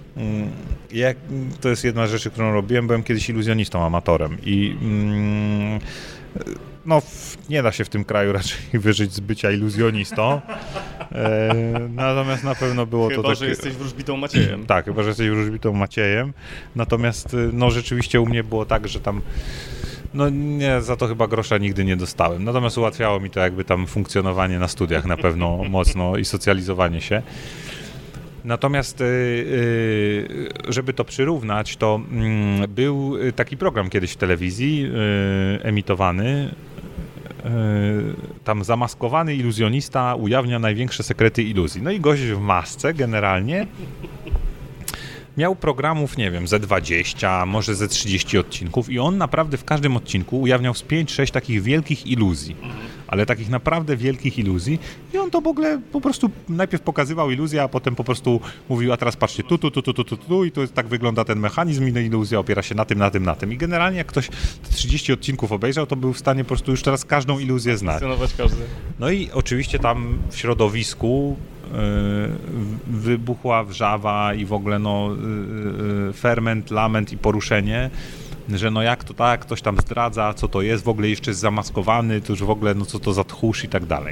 Jak, to jest jedna z rzeczy, którą robiłem. Byłem kiedyś iluzjonistą, amatorem i mm, no, nie da się w tym kraju raczej wyżyć z bycia iluzjonistą. E, natomiast na pewno było chyba, to tak... że jesteś wróżbitą Maciejem. Tak, chyba, że jesteś wróżbitą Maciejem. Natomiast no rzeczywiście u mnie było tak, że tam No nie, za to chyba grosza nigdy nie dostałem. Natomiast ułatwiało mi to jakby tam funkcjonowanie na studiach na pewno mocno i socjalizowanie się. Natomiast żeby to przyrównać, to był taki program kiedyś w telewizji emitowany. Tam zamaskowany iluzjonista ujawnia największe sekrety iluzji. No i gość w masce generalnie miał programów, nie wiem, ze dwadzieścia, może ze trzydzieści odcinków i on naprawdę w każdym odcinku ujawniał z pięć sześć takich wielkich iluzji, ale takich naprawdę wielkich iluzji i on to w ogóle po prostu najpierw pokazywał iluzję, a potem po prostu mówił, a teraz patrzcie, tu, tu, tu, tu, tu, tu, tu i to jest, tak wygląda ten mechanizm i iluzja opiera się na tym, na tym, na tym. I generalnie jak ktoś te trzydzieści odcinków obejrzał, to był w stanie po prostu już teraz każdą iluzję znać. Każdy. No i oczywiście tam w środowisku wybuchła wrzawa i w ogóle no ferment, lament i poruszenie, że no jak to tak, ktoś tam zdradza, co to jest, w ogóle jeszcze jest zamaskowany, to już w ogóle no co to za tchórz i tak dalej.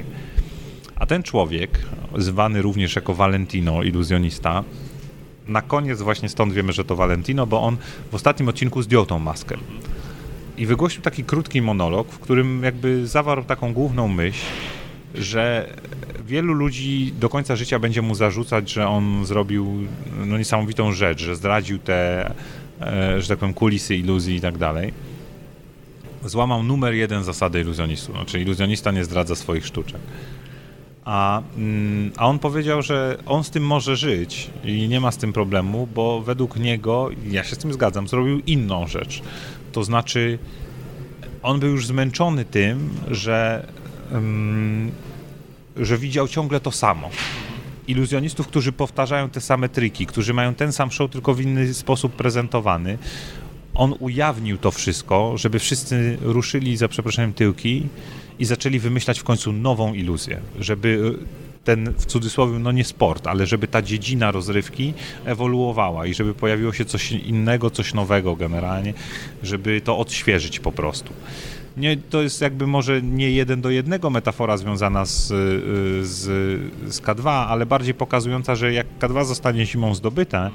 A ten człowiek, zwany również jako Valentino, iluzjonista, na koniec właśnie stąd wiemy, że to Valentino, bo on w ostatnim odcinku zdjął tą maskę i wygłosił taki krótki monolog, w którym jakby zawarł taką główną myśl, że wielu ludzi do końca życia będzie mu zarzucać, że on zrobił no, niesamowitą rzecz, że zdradził te, e, że tak powiem, kulisy iluzji i tak dalej. Złamał numer jeden zasady iluzjonistów, znaczy iluzjonista nie zdradza swoich sztuczek. A, mm, a on powiedział, że on z tym może żyć i nie ma z tym problemu, bo według niego, ja się z tym zgadzam, zrobił inną rzecz. To znaczy, on był już zmęczony tym, że Um, że widział ciągle to samo. Iluzjonistów, którzy powtarzają te same triki, którzy mają ten sam show, tylko w inny sposób prezentowany. On ujawnił to wszystko, żeby wszyscy ruszyli, za przeproszeniem, tyłki i zaczęli wymyślać w końcu nową iluzję, żeby ten, w cudzysłowie, no nie sport, ale żeby ta dziedzina rozrywki ewoluowała i żeby pojawiło się coś innego, coś nowego generalnie, żeby to odświeżyć po prostu. Nie, to jest jakby może nie jeden do jednego metafora związana z, z, z K dwa, ale bardziej pokazująca, że jak K dwa zostanie zimą zdobyte,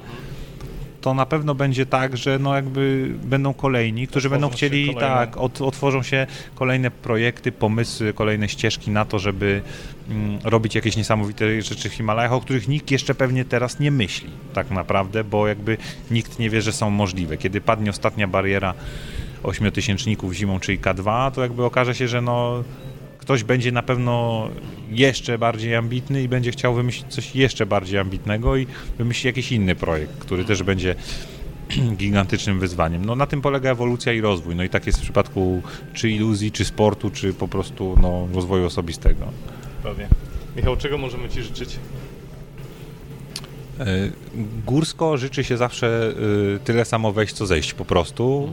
to na pewno będzie tak, że no jakby będą kolejni, którzy otworzą będą chcieli, tak, od, otworzą się kolejne projekty, pomysły, kolejne ścieżki na to, żeby mm, robić jakieś niesamowite rzeczy w Himalajach, o których nikt jeszcze pewnie teraz nie myśli tak naprawdę, bo jakby nikt nie wie, że są możliwe. Kiedy padnie ostatnia bariera ośmiotysięczników zimą, czyli K dwa, to jakby okaże się, że no ktoś będzie na pewno jeszcze bardziej ambitny i będzie chciał wymyślić coś jeszcze bardziej ambitnego i wymyślić jakiś inny projekt, który też będzie gigantycznym wyzwaniem. No na tym polega ewolucja i rozwój. No i tak jest w przypadku czy iluzji, czy sportu, czy po prostu no, rozwoju osobistego. Pewnie. Michał, czego możemy Ci życzyć? Górsko życzy się zawsze tyle samo wejść, co zejść po prostu.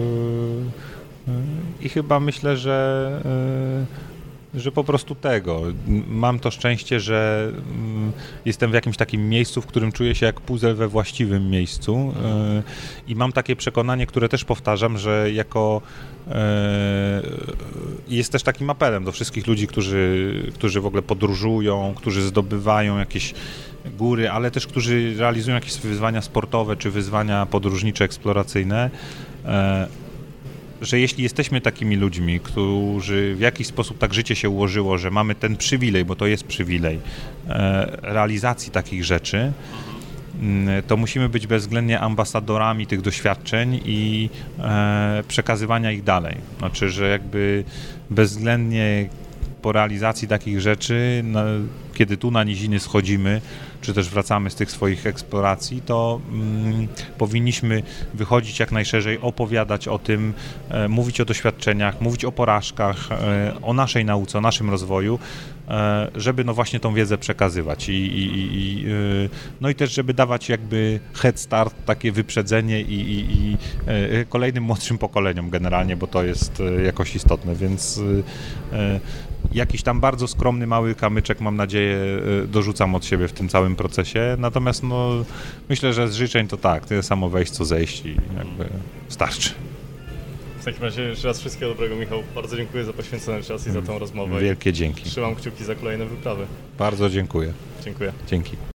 I chyba myślę, że, że po prostu tego. Mam to szczęście, że jestem w jakimś takim miejscu, w którym czuję się jak puzzle we właściwym miejscu. I mam takie przekonanie, które też powtarzam, że jako jest też takim apelem do wszystkich ludzi, którzy, którzy w ogóle podróżują, którzy zdobywają jakieś góry, ale też którzy realizują jakieś wyzwania sportowe czy wyzwania podróżnicze, eksploracyjne, że jeśli jesteśmy takimi ludźmi, którzy w jakiś sposób tak życie się ułożyło, że mamy ten przywilej, bo to jest przywilej realizacji takich rzeczy, to musimy być bezwzględnie ambasadorami tych doświadczeń i przekazywania ich dalej. Znaczy, że jakby bezwzględnie po realizacji takich rzeczy, no, kiedy tu na niziny schodzimy, czy też wracamy z tych swoich eksploracji, to mm, powinniśmy wychodzić jak najszerzej, opowiadać o tym, e, mówić o doświadczeniach, mówić o porażkach, e, o naszej nauce, o naszym rozwoju, e, żeby no właśnie tą wiedzę przekazywać. I, i, i, e, no i też, żeby dawać jakby head start, takie wyprzedzenie i, i, i e, kolejnym młodszym pokoleniom generalnie, bo to jest e, jakoś istotne, więc e, jakiś tam bardzo skromny, mały kamyczek, mam nadzieję, dorzucam od siebie w tym całym procesie, natomiast no, myślę, że z życzeń to tak, tyle samo wejść, co zejść i jakby starczy. W takim razie jeszcze raz wszystkiego dobrego, Michał. Bardzo dziękuję za poświęcony czas i za tą rozmowę. Wielkie dzięki. Trzymam kciuki za kolejne wyprawy. Bardzo dziękuję. Dziękuję. Dzięki.